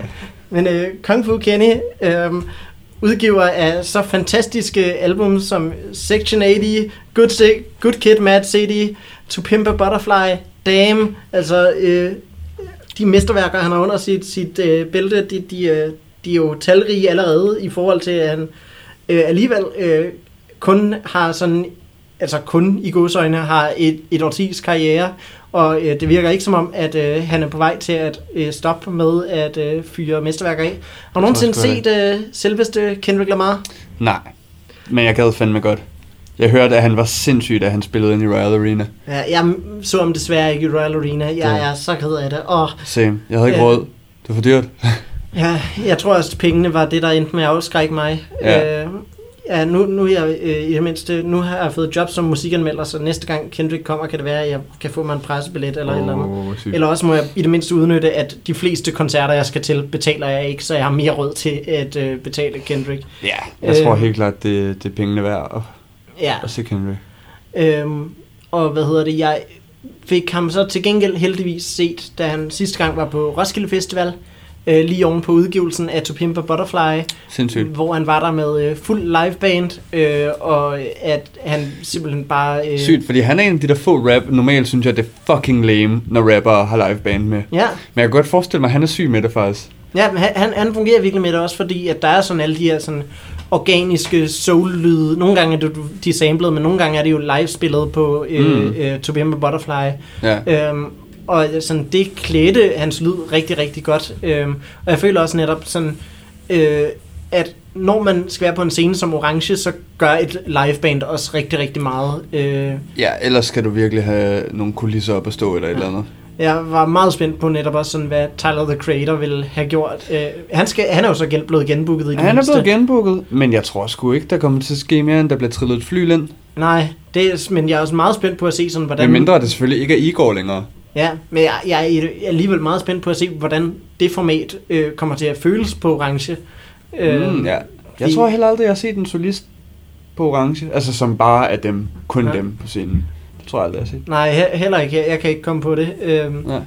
Men øh, Kung Fu Kenny øh, udgiver af så fantastiske album som Section otte, Good, C- Good Kid, Mad City, To Pimp a Butterfly, Damn. Altså, øh, de mesterværker, han har under sit, sit øh, bælte, de, de, øh, de er jo talrige allerede i forhold til, at han øh, alligevel øh, kun har sådan, altså kun i godsøjne har et, et årtis karriere, og øh, det virker ikke som om, at øh, han er på vej til at øh, stoppe med at øh, fyre mesterværker af. Har du nogensinde set øh, selveste Kendrick Lamar? Nej, men jeg gad fandme godt. Jeg hørte, at han var sindssyg, da han spillede ind i Royal Arena. Ja, jeg så ham desværre ikke i Royal Arena. Jeg ja. er så ked af det. Og, Same. Jeg havde ikke øh, råd. Det var for dyrt. Ja, jeg tror også, at pengene var det, der endte med at afskrække mig. Ja. Øh, ja, nu, nu, er jeg, øh, i det mindste, nu har jeg fået job som musikanmelder, så næste gang Kendrick kommer, kan det være, at jeg kan få mig en pressebillet eller oh, et eller andet. Sygt. Eller også må jeg i det mindste udnytte, at de fleste koncerter, jeg skal til, betaler jeg ikke, så jeg har mere råd til at øh, betale Kendrick. Ja, jeg øh, tror helt klart, det, det er pengene værd at, ja. at se Kendrick. Øhm, og hvad hedder det, jeg fik ham så til gengæld heldigvis set, da han sidste gang var på Roskilde Festival, øh, lige oven på udgivelsen af To Pimp a Butterfly. Sindssygt. Hvor han var der med øh, fuld liveband, øh, og at han simpelthen bare... Øh, Sygt, fordi han er en af de der få rap. Normalt synes jeg, det er fucking lame, når rapper har liveband med. Ja. Men jeg kan godt forestille mig, at han er syg med det faktisk. Ja, men han, han fungerer virkelig med det også, fordi at der er sådan alle de her sådan organiske soul-lyde. Nogle gange er det de er samlet, men nogle gange er det jo live-spillet på øh, mm. øh, To Pimp a Butterfly. Ja. Øhm, og sådan, det klædte hans lyd rigtig, rigtig godt. Øhm, og jeg føler også netop sådan, øh, at når man skal være på en scene som Orange, så gør et liveband også rigtig, rigtig meget. Øh, ja, ellers skal du virkelig have nogle kulisser op at stå eller et ja. eller andet. Jeg var meget spændt på netop også sådan, hvad Tyler, the Creator, ville have gjort. Øh, han, skal, han er jo så gen, blevet genbooket i det Han mindste. er blevet genbooket, men jeg tror sgu ikke, der kommer til at ske mere, end der bliver trillet et fly ind. Nej, det er, men jeg er også meget spændt på at se sådan, hvordan... Men mindre er det selvfølgelig ikke er Igor længere. Ja, men jeg, jeg er alligevel meget spændt på at se, hvordan det format øh, kommer til at føles på Orange. Øh, mm, ja. Jeg de... tror heller aldrig, jeg har set en solist på Orange, altså som bare er dem, kun ja. dem på scenen. Det tror jeg aldrig, jeg har set. Nej, he- heller ikke. Jeg, jeg kan ikke komme på det. Øhm, ja.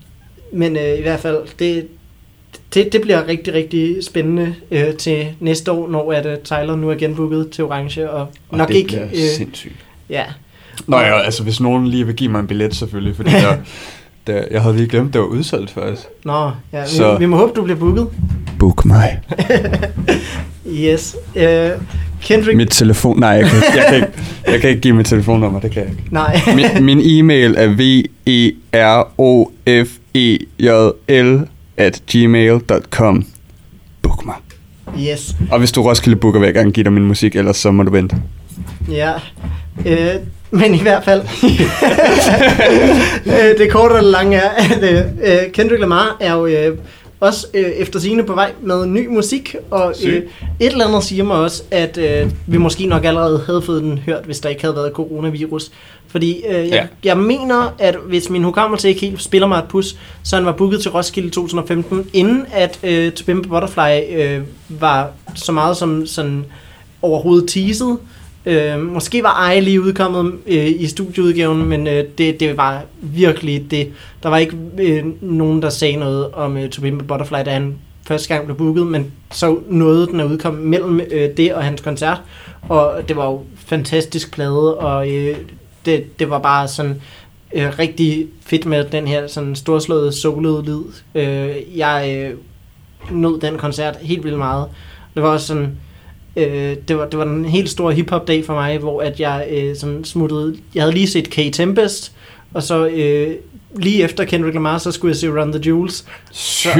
Men øh, i hvert fald, det, det, det bliver rigtig, rigtig spændende øh, til næste år, når at, uh, Tyler nu er genbooket til Orange. Og, og nok det ikke, bliver øh, sindssygt. Ja. Nå ja, altså hvis nogen lige vil give mig en billet selvfølgelig, fordi der, der, jeg havde lige glemt, det var udsolgt faktisk. Nå, ja, så... vi, vi må håbe, du bliver booket. Book mig. Yes. Øh, Kendrick... Mit telefon... Nej, jeg kan, jeg, kan ikke, jeg kan ikke give mit telefonnummer, det kan jeg ikke. Nej. min, min e-mail er v e r o f e j l at gmail dot com. Book mig. Yes. Og hvis du Roskilde booker, vil jeg gerne give dig min musik, ellers så må du vente. Ja. Øh, men i hvert fald... det korte og lange er, at øh, Kendrick Lamar er jo... Øh, også øh, efter sigende på vej med ny musik, og øh, et eller andet siger mig også, at øh, vi måske nok allerede havde fået den hørt, hvis der ikke havde været coronavirus. Fordi øh, jeg, ja. jeg mener, at hvis min hukommelse ikke helt spiller mig et pus, så han var booket til Roskilde to tusind og femten, inden at øh, To Pimp a Butterfly øh, var så meget som sådan overhovedet teaset. Øh, måske var Ej lige udkommet øh, i studieudgaven, men øh, det, det var virkelig det. Der var ikke øh, nogen, der sagde noget om øh, To Pimp a Butterfly, da han første gang blev booket, men så nåede den at udkomme mellem øh, det og hans koncert, og det var jo fantastisk plade, og øh, det, det var bare sådan øh, rigtig fedt med den her sådan storslåede solede lyd. Øh, jeg øh, nød den koncert helt vildt meget. Det var også sådan, øh, det var det var en helt stor hip-hop dag for mig, hvor at jeg øh, sådan smuttede, jeg havde lige set K Tempest, og så øh, lige efter Kendrick Lamar, så skulle jeg se Run the Jewels. Sygt.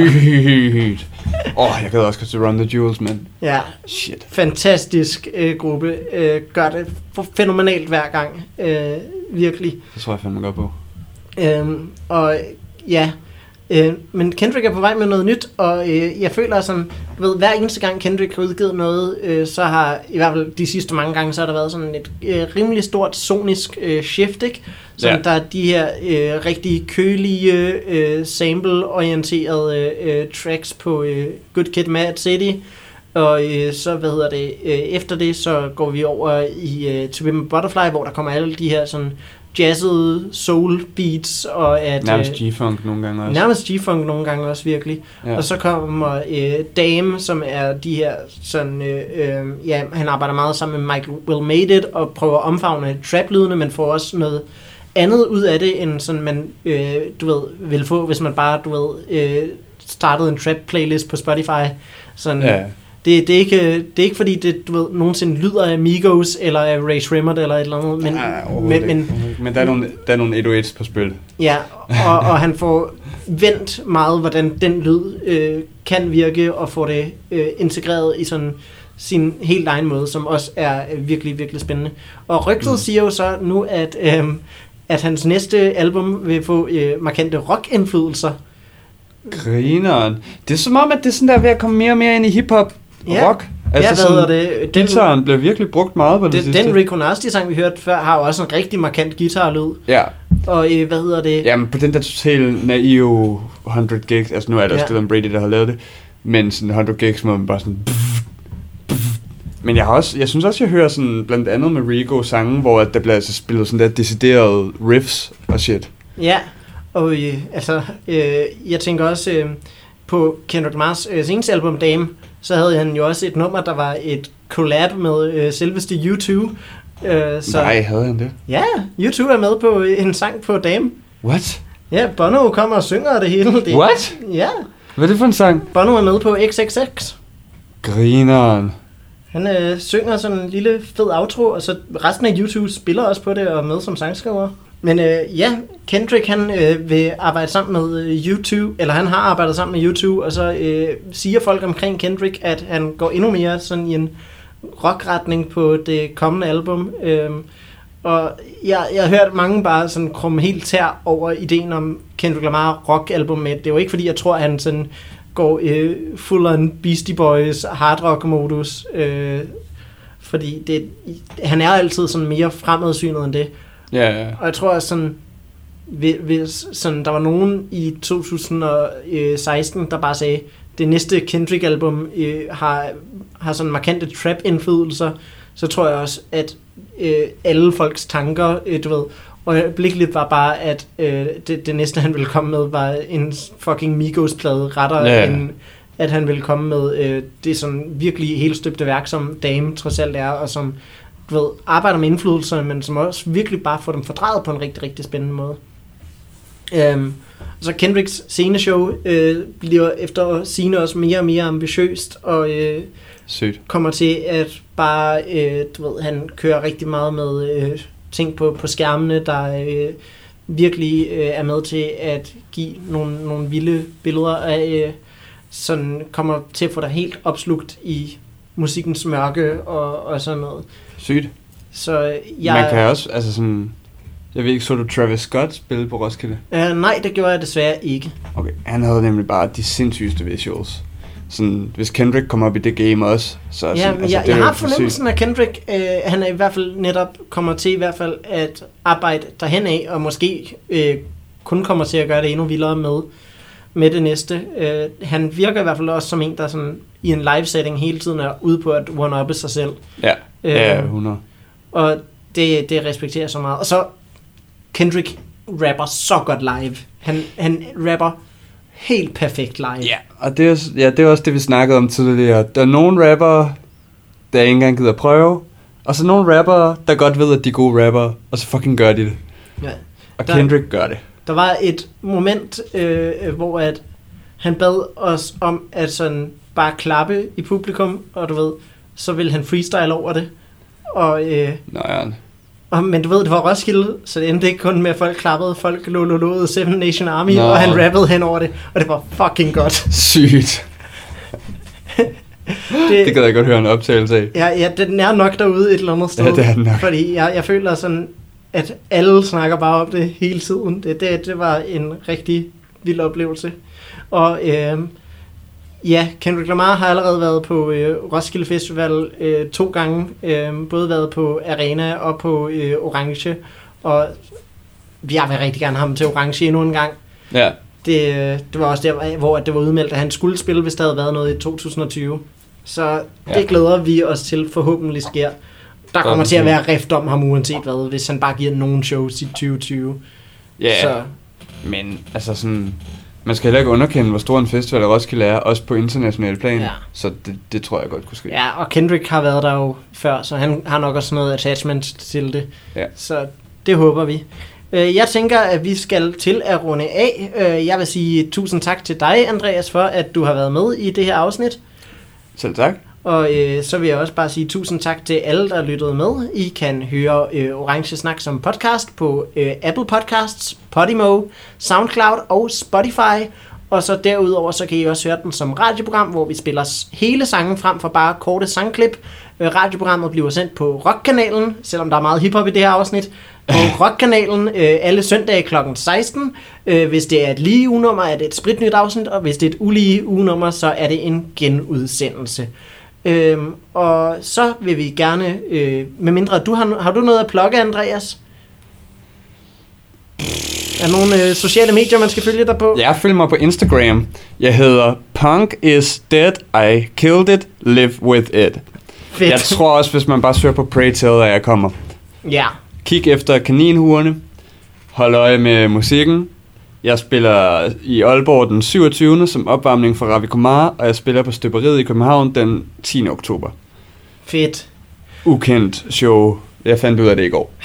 Åh, oh, jeg gad også godt se Run the Jewels, men ja, shit. Fantastisk øh, gruppe, øh, gør det fænomenalt hver gang, øh, virkelig. Det tror jeg fandme godt på. Øhm, og ja, øh, men Kendrick er på vej med noget nyt, og øh, jeg føler sådan, du ved, hver eneste gang Kendrick har udgivet noget, øh, så har i hvert fald de sidste mange gange, så har der været sådan et øh, rimelig stort sonisk øh, shift, ikke? Så ja. Der er de her øh, rigtig kølige, øh, sample-orienterede øh, tracks på øh, Good Kid, Mad City, og øh, så, hvad hedder det, øh, efter det, så går vi over i øh, To Be My Butterfly, hvor der kommer alle de her sådan jazzede soul beats, og at nærmest øh, G-funk nogle gange også. Nærmest G-funk nogle gange også, virkelig. Ja. Og så kommer øh, Dame, som er de her sådan, øh, øh, ja, han arbejder meget sammen med Michael Will Made It, og prøver at omfavne trap-lydene, men får også noget andet ud af det, end sådan man, øh, du ved, vil få, hvis man bare, du ved, øh, startede en trap-playlist på Spotify. Sådan, ja. Det, det, er ikke, det er ikke fordi, det du ved, nogensinde lyder af Migos, eller af Ray Shrimmer, eller et eller andet. Men, ja, men, men, men der er nogle, der er nogle et nul et på spil. Ja, og, og han får vendt meget, hvordan den lyd øh, kan virke, og får det øh, integreret i sådan sin helt egen måde, som også er øh, virkelig, virkelig spændende. Og rygtet mm. siger jo så nu, at, øh, at hans næste album vil få øh, markante rock-indflydelser. Grineren. Det er som om, at det er sådan der ved at komme mere og mere ind i hip-hop ja. rock. Altså ja, hvad hedder det? Den, guitaren blev virkelig brugt meget på det, det sidste. Den Rico Nasty-sang, vi hørte før, har jo også en rigtig markant guitarlyd. Ja. Og øh, hvad hedder det? Jamen, på den der totalt naive hundrede gigs, altså nu er det også Dylan Brady, der har lavet det, men sådan hundrede gigs, hvor man bare sådan... Men jeg har også, jeg synes også, jeg hører sådan blandt andet med Rico sange, hvor der bliver altså spillet sådan der deciderede riffs og shit. Ja, og øh, altså, øh, jeg tænker også øh, på Kendrick Lamars øh, seneste album, Dame, så havde han jo også et nummer, der var et collab med øh, selveste U to. Øh, så, Nej, havde han det? Ja, U to er med på en sang på Dame. What? Ja, Bono kommer og synger det hele. Det. What? Ja. Hvad er det for en sang? Bono er med på X X X. Grineren. Han øh, synger sådan en lille fed outro, og så resten af U to spiller også på det og er med som sangskriver. Men øh, ja, Kendrick han øh, vil arbejde sammen med øh, U to, eller han har arbejdet sammen med U to, og så øh, siger folk omkring Kendrick, at han går endnu mere sådan i en rockretning på det kommende album. Øh, og jeg, jeg har hørt mange bare sådan krumme helt tær over ideen om Kendrick Lamar rockalbum, med det er jo ikke fordi, jeg tror, at han sådan går øh, full on Beastie Boys hard rock modus, øh, fordi det, han er altid sådan mere fremadsynet end det. Ja, ja. Og jeg tror også sådan, hvis sådan, der var nogen i to tusind og seksten, der bare sagde, det næste Kendrick-album øh, har, har sådan markante trap-indflydelser, så tror jeg også, at øh, alle folks tanker, øh, du ved, og øjeblikkeligt var bare, at øh, det, det næste, han ville komme med, var en fucking Migos-plade, rettere ja. end at han ville komme med øh, det sådan virkelig helt støbte værk, som Dame trods alt er, og som du ved, arbejder med indflydelserne, men som også virkelig bare får dem fordrejet på en rigtig, rigtig spændende måde. Um, så Kendricks sceneshow øh, bliver efter sigende også mere og mere ambitiøst, og øh, Sygt. kommer til at bare, øh, du ved, han kører rigtig meget med øh, ting på, på skærmene, der øh, virkelig øh, er med til at give nogle, nogle vilde billeder af, øh, sådan kommer til at få dig helt opslugt i musikkens mørke og, og sådan noget. Sygt. Så jeg... Man kan også, altså sådan... Jeg ved ikke, så du Travis Scott spille på Roskilde? Uh, nej, det gjorde jeg desværre ikke. Okay, han havde nemlig bare de sindssygeste visuals. Sådan, hvis Kendrick kommer op i det game også, så... Ja, sådan, men altså, jeg, det jeg er har fornemmelsen af Kendrick, øh, han er i hvert fald netop kommer til i hvert fald at arbejde derhen af, og måske øh, kun kommer til at gøre det endnu vildere med, med det næste. Øh, han virker i hvert fald også som en, der sådan, i en live setting hele tiden er ude på at one-uppe sig selv. Ja, øh, ja, hundrede. Og det, det respekterer så meget. Og så Kendrick rapper så godt live. Han, han rapper helt perfekt live. Ja, og det er, ja, det er også det, vi snakkede om tidligere. Der er nogle rappere, der ikke engang gider prøve, og så nogle rappere, der godt ved, at de er gode rappere, og så fucking gør de det. Ja. Og Der, Kendrick gør det. Der var et moment, øh, hvor at han bad os om at sådan bare klappe i publikum, og du ved, så ville han freestyle over det. Og, øh, Nå ja. og, men du ved, det var Roskilde, så det endte ikke kun med, at folk klappede, folk lololode Seven Nation Army, Nå. og han rappede hen over det, og det var fucking godt. Sygt. det, det kan jeg godt høre en optagelse af. Ja, ja, den er nok derude et eller andet sted. Ja, det er den nok. Fordi jeg, jeg føler sådan, at alle snakker bare om det hele tiden. Det, det, det var en rigtig vild oplevelse. Og øh, ja, Kendrick Lamar har allerede været på øh, Roskilde Festival øh, to gange. Øh, både været på Arena og på øh, Orange. Og jeg vil rigtig gerne have ham til Orange endnu en gang. Ja. Det, det var også der, hvor det var udmeldt, at han skulle spille, hvis der havde været noget i to tusind og tyve. Så det ja. glæder vi os til, forhåbentlig sker. Der kommer til at være rift om ham uanset hvad, hvis han bare giver nogen shows i tyve tyve. Ja, så. Men altså sådan, man skal heller ikke underkende, hvor stor en festival Roskilde er, også på international plan. Ja. Så det, det tror jeg godt kunne ske. Ja, og Kendrick har været der jo før, så han har nok også noget attachment til det. Ja. Så det håber vi. Jeg tænker, at vi skal til at runde af. Jeg vil sige tusind tak til dig, Andreas, for at du har været med i det her afsnit. Selv tak. Og øh, så vil jeg også bare sige tusind tak til alle, der lyttede med. I kan høre øh, Orange Snak som podcast på øh, Apple Podcasts, Podimo, SoundCloud og Spotify. Og så derudover, så kan I også høre den som radioprogram, hvor vi spiller hele sangen frem for bare korte sangklip. Øh, radioprogrammet bliver sendt på Rockkanalen, selvom der er meget hiphop i det her afsnit. På Rockkanalen øh, alle søndage klokken seksten. Øh, hvis det er et lige ugenummer, er det et spritnyt afsnit, og hvis det er et ulige ugenummer, så er det en genudsendelse. Øhm, og så vil vi gerne, øh, med mindre du har, har du noget at plukke, Andreas? Er der nogle øh, sociale medier, man skal følge dig på? Jeg følger mig på Instagram. Jeg hedder Punk is dead, I killed it, live with it. Fedt. Jeg tror også, hvis man bare søger på Pray Tell, at jeg kommer. Ja. Kig efter kaninhuerne. Hold øje med musikken. Jeg spiller i Aalborg den syvogtyvende som opvarmning for Ravi Kumar, og jeg spiller på Støberiet i København den tiende oktober. Fedt. Ukendt show. Jeg fandt ud af det i går.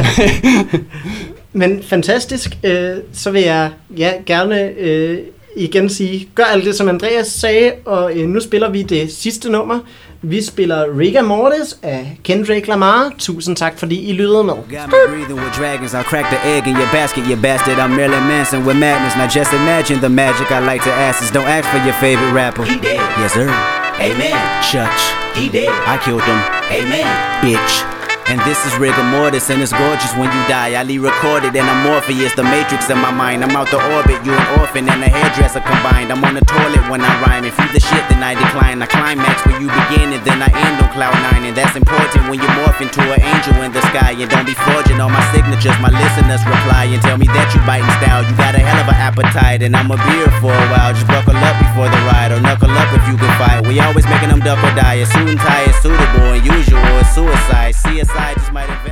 Men fantastisk. Øh, så vil jeg ja, gerne øh, igen sige, gør alt det, som Andreas sagde, og øh, nu spiller vi det sidste nummer. Vi spiller Rigor Mortis af Kendrick Lamar. Tusind tak, fordi I lyttede med. Got me breathing with dragons. I'll crack the egg in your basket, you bastard. I'm Marilyn Manson with madness. Now just imagine the magic I like to ask is don't ask for your favorite rapper. He dead. Yes, sir. Amen. Church. He dead. I killed him. Amen. Bitch. And this is rigor mortis, and it's gorgeous when you die. I re-recorded and I'm Morpheus, the matrix in my mind. I'm out the orbit, you an orphan and a hairdresser combined. I'm on the toilet when I rhyme. If you the shit, then I decline. I climax where you begin and then I end on cloud nine. And that's important when you morph into an angel in the sky. And don't be forging all my signatures. My listeners reply and tell me that you biting style. You got a hell of an appetite, and I'm a beer for a while. Just buckle up before the ride, or knuckle up if you can fight. We always making them duck or die. A suit and tie is suitable, and usual is suicide. C S I just might have